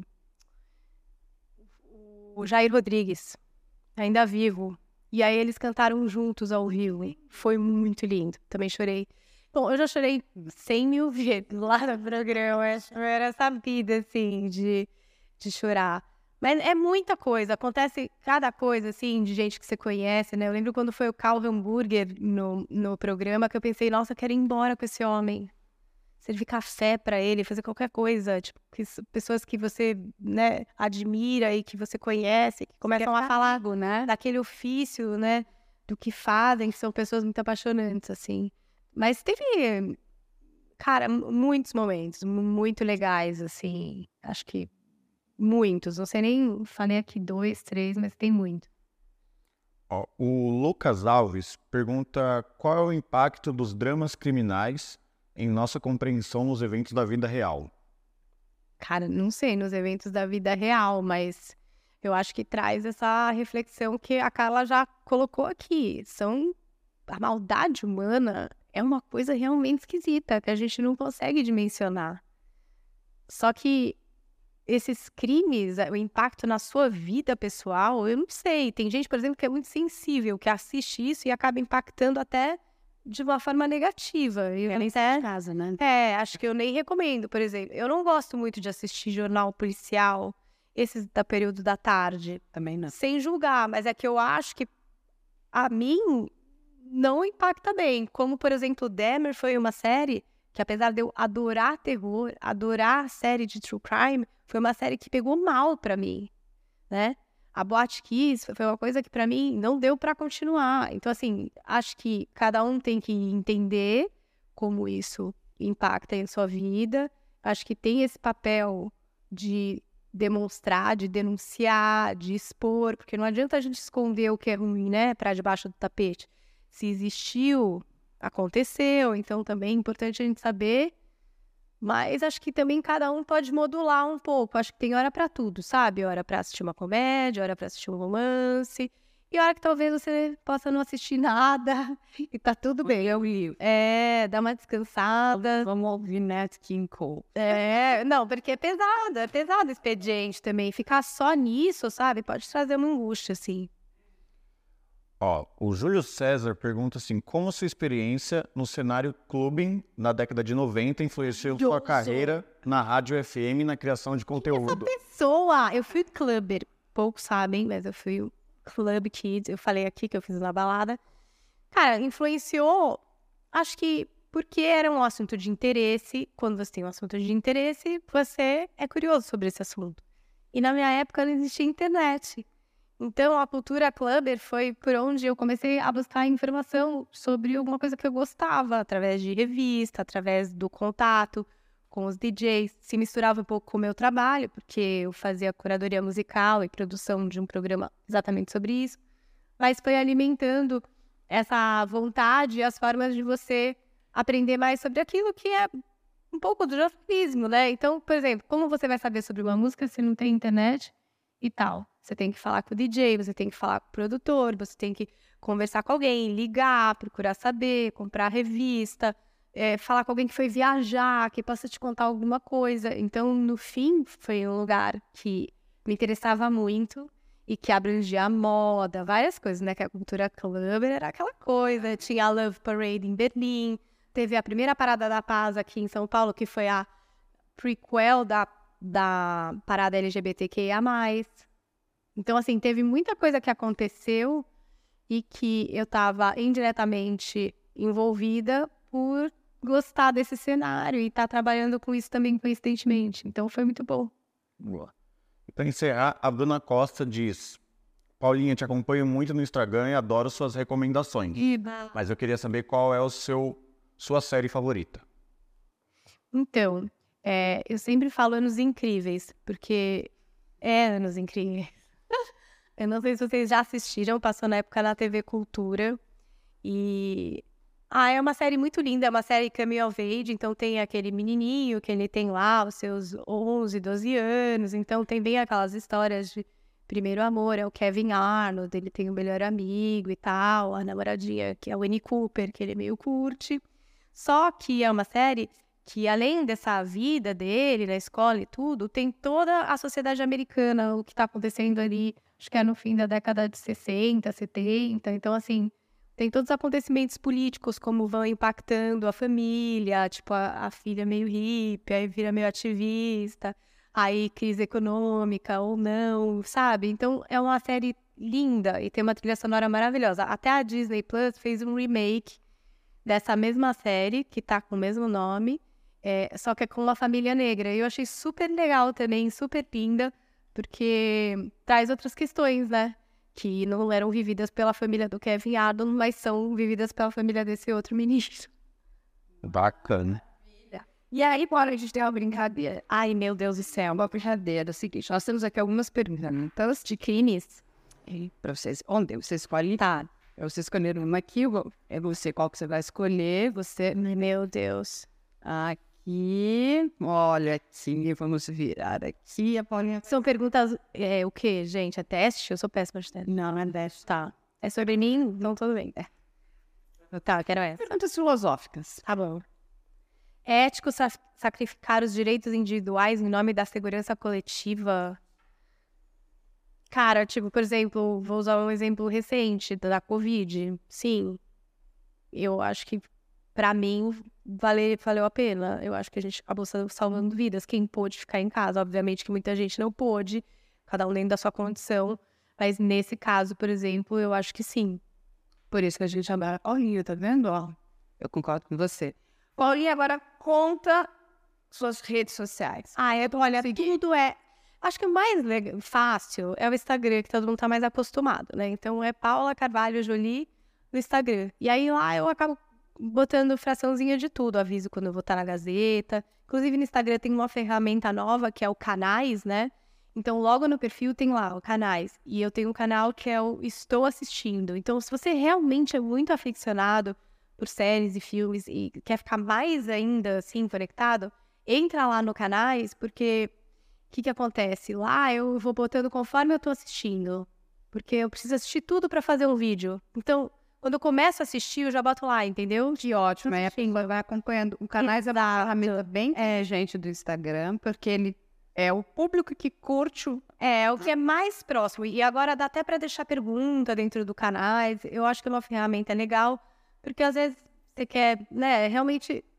o Jair Rodrigues, ainda vivo. E aí eles cantaram juntos ao vivo. Foi muito lindo. Também chorei. Bom, eu já chorei cem mil vezes lá no programa. Eu era sabida, assim, de, de chorar. Mas é muita coisa. Acontece cada coisa, assim, de gente que você conhece, né? Eu lembro quando foi o Calvin Hamburger no, no programa, que eu pensei, nossa, eu quero ir embora com esse homem. Servir café pra ele, fazer qualquer coisa. Tipo, que, pessoas que você, né, admira e que você conhece, que começam a falar, né, daquele ofício, né, do que fazem, que são pessoas muito apaixonantes, assim. Mas teve, cara, muitos momentos muito legais, assim. Acho que muitos. Não sei nem, falei aqui dois, três, mas tem muito. Ó, o Lucas Alves pergunta qual é o impacto dos dramas criminais em nossa compreensão nos eventos da vida real. Cara, não sei nos eventos da vida real, mas eu acho que traz essa reflexão que a Carla já colocou aqui. São a maldade humana é uma coisa realmente esquisita, que a gente não consegue dimensionar. Só que esses crimes, o impacto na sua vida pessoal, eu não sei. Tem gente, por exemplo, que é muito sensível, que assiste isso e acaba impactando até de uma forma negativa. Eu É nem de casa, né? É, acho que eu nem recomendo, por exemplo. Eu não gosto muito de assistir jornal policial, esses da período da tarde. Também não. Sem julgar, mas é que eu acho que a mim não impacta bem. Como, por exemplo, o Dahmer foi uma série que, apesar de eu adorar terror, adorar série de true crime, foi uma série que pegou mal pra mim, né? A Boate Kiss foi uma coisa que pra mim não deu pra continuar. Então, assim, acho que cada um tem que entender como isso impacta em sua vida. Acho que tem esse papel de demonstrar, de denunciar, de expor, porque não adianta a gente esconder o que é ruim, né, pra debaixo do tapete. Se existiu, aconteceu, então também é importante a gente saber, mas acho que também cada um pode modular um pouco. Acho que tem hora pra tudo, sabe? Hora pra assistir uma comédia, hora pra assistir um romance, e hora que talvez você possa não assistir nada e tá tudo bem. É o livro. É, dá uma descansada. Vamos ouvir Nat King Cole. É, não, porque é pesado, é pesado o expediente também. Ficar só nisso, sabe? Pode trazer uma angústia, assim. Ó, o Júlio César pergunta assim, como sua experiência no cenário clubbing na década de noventa influenciou sua carreira na rádio F M na criação de conteúdo. Pessoa, eu fui clubber, poucos sabem, mas eu fui o Club Kids, eu falei aqui que eu fiz na balada. Cara, influenciou, acho que porque era um assunto de interesse. Quando você tem um assunto de interesse, você é curioso sobre esse assunto. E na minha época não existia internet. Então, a cultura clubber foi por onde eu comecei a buscar informação sobre alguma coisa que eu gostava, através de revista, através do contato com os D Js. Se misturava um pouco com o meu trabalho, porque eu fazia curadoria musical e produção de um programa exatamente sobre isso. Mas foi alimentando essa vontade e as formas de você aprender mais sobre aquilo que é um pouco do jornalismo, né? Então, por exemplo, como você vai saber sobre uma música se não tem internet e tal? Você tem que falar com o D J, você tem que falar com o produtor, você tem que conversar com alguém, ligar, procurar saber, comprar revista, é, falar com alguém que foi viajar, que possa te contar alguma coisa. Então, no fim, foi um lugar que me interessava muito e que abrangia a moda, várias coisas, né? Que a cultura clubber era aquela coisa. Tinha a Love Parade em Berlim, teve a primeira Parada da Paz aqui em São Paulo, que foi a prequel da, da Parada L G B T Q I A mais. Então, assim, teve muita coisa que aconteceu e que eu estava indiretamente envolvida por gostar desse cenário e estar tá trabalhando com isso também coincidentemente. Então, foi muito bom. Boa. Para encerrar, a Bruna Costa diz: Paulinha, te acompanho muito no Instagram e adoro suas recomendações. Iba. Mas eu queria saber qual é o seu sua série favorita. Então, é, eu sempre falo Anos Incríveis, porque é Anos Incríveis. Eu não sei se vocês já assistiram, passou na época na T V Cultura. E ah, é uma série muito linda, é uma série coming of age, então tem aquele menininho que ele tem lá os seus onze, doze anos, então tem bem aquelas histórias de primeiro amor, é o Kevin Arnold, ele tem um melhor amigo e tal, a namoradinha que é a Winnie Cooper, que ele meio curte. Só que é uma série que, além dessa vida dele na escola e tudo, tem toda a sociedade americana, o que está acontecendo ali, acho que é no fim da década de sessenta, setenta. Então, assim, tem todos os acontecimentos políticos, como vão impactando a família, tipo, a, a filha meio hippie, aí vira meio ativista, aí crise econômica ou não, sabe? Então, é uma série linda e tem uma trilha sonora maravilhosa. Até a Disney Plus fez um remake dessa mesma série, que tá com o mesmo nome, é, só que é com uma família negra. E eu achei super legal também, super linda, porque traz outras questões, né? Que não eram vividas pela família do Kevin Arnold, mas são vividas pela família desse outro menino. Bacana. E aí, bora, a gente tem uma brincadeira. Ai, meu Deus do céu. Uma brincadeira. É o seguinte, nós temos aqui algumas perguntas de crimes. Para vocês, onde você escolhe? Tá. Pra você escolher uma aqui, é você qual que você vai escolher. Você. Meu Deus. Aqui. Olha aqui, vamos virar aqui. A Paulinha. São perguntas, é, o quê, gente? É teste? Eu sou péssima de teste. Não, não é teste. Tá. É sobre mim? Não, tudo bem. É. Tá, quero essa. Perguntas filosóficas. Tá bom. É ético sa- sacrificar os direitos individuais em nome da segurança coletiva? Cara, tipo, por exemplo, vou usar um exemplo recente da Covid. Sim, eu acho que, pra mim, vale, valeu a pena. Eu acho que a gente acabou salvando vidas. Quem pôde ficar em casa, obviamente que muita gente não pôde, cada um dentro da sua condição. Mas nesse caso, por exemplo, eu acho que sim. Por isso que a gente chama Paulinha, tá vendo? Ó, eu concordo com você. Paulinha, agora conta suas redes sociais. Ah, é, olha, tudo é... Acho que o mais legal, fácil é o Instagram, que todo mundo tá mais acostumado, né? Então, é Paula Carvalho Jolie no Instagram. E aí, lá eu acabo botando fraçãozinha de tudo. Aviso quando eu vou estar na Gazeta. Inclusive, no Instagram tem uma ferramenta nova, que é o Canais, né? Então, logo no perfil tem lá o Canais. E eu tenho um canal que é o Estou Assistindo. Então, se você realmente é muito aficionado por séries e filmes e quer ficar mais ainda, assim, conectado, entra lá no Canais, porque... O que que acontece? Lá eu vou botando conforme eu tô assistindo. Porque eu preciso assistir tudo pra fazer um vídeo. Então, quando eu começo a assistir, eu já boto lá, entendeu? Que ótimo. Aí a pessoa vai acompanhando. O Canais é uma ferramenta bem é, gente do Instagram, porque ele é o público que curte o... É, o que é mais próximo. E agora dá até pra deixar pergunta dentro do Canais. Eu acho que é uma ferramenta legal, porque às vezes você quer, né, realmente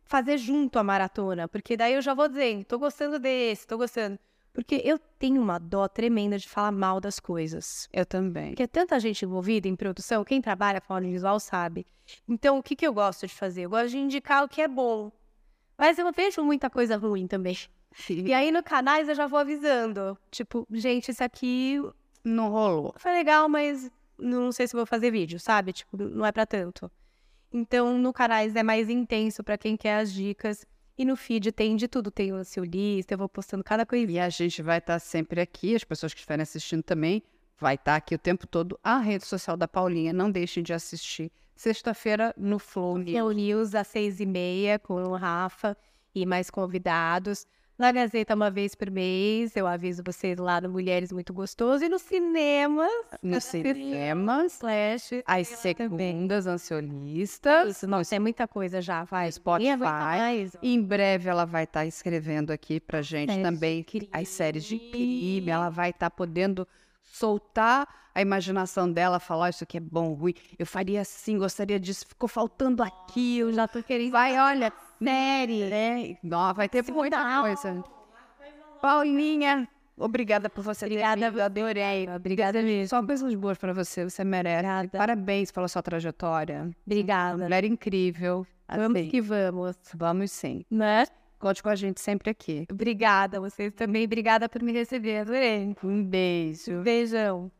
fazer junto a maratona, porque daí eu já vou dizendo, tô gostando desse, tô gostando. Porque eu tenho uma dó tremenda de falar mal das coisas. Eu também. Porque é tanta gente envolvida em produção, quem trabalha com audiovisual sabe. Então, o que, que eu gosto de fazer? Eu gosto de indicar o que é bom. Mas eu vejo muita coisa ruim também. E aí, no Canais, eu já vou avisando. Tipo, gente, isso aqui Não rolou. foi legal, mas não sei se vou fazer vídeo, sabe? Tipo, não é pra tanto. Então, no Canais é mais intenso pra quem quer as dicas. E no feed tem de tudo. Tem o seu lista, eu vou postando cada coisa. E a gente vai estar sempre aqui, as pessoas que estiverem assistindo também, vai estar aqui o tempo todo. A rede social da Paulinha, não deixem de assistir. Sexta-feira no Flow News. Flow News às seis e meia com o Rafa e mais convidados. Na Gazeta uma vez por mês, eu aviso vocês lá no Mulheres Muito Gostoso. E no cinema, Nos cinemas, Slash, às segundas, ansiolistas. isso, nossa, é muita coisa já, vai. Spotify. Ninguém aguenta mais. Em breve ela vai estar escrevendo aqui pra gente Séries de também crime. as séries de crime. Ela vai estar podendo soltar a imaginação dela, falar isso aqui é bom, ruim. Eu faria assim, gostaria disso, ficou faltando aquilo. Já tô querendo. Vai, olha, série, né? Não, vai ter muita coisa. Paulinha, obrigada por você ter Obrigada, vindo, adorei. Obrigada mesmo. Só coisas boas pra você, você merece. Obrigada. Parabéns pela sua trajetória. Obrigada. Mulher incrível. Vamos Amei. que vamos, Vamos sim. né? Conte com a gente sempre aqui. Obrigada, vocês também. Obrigada por me receber, adorei. Um beijo. Beijão.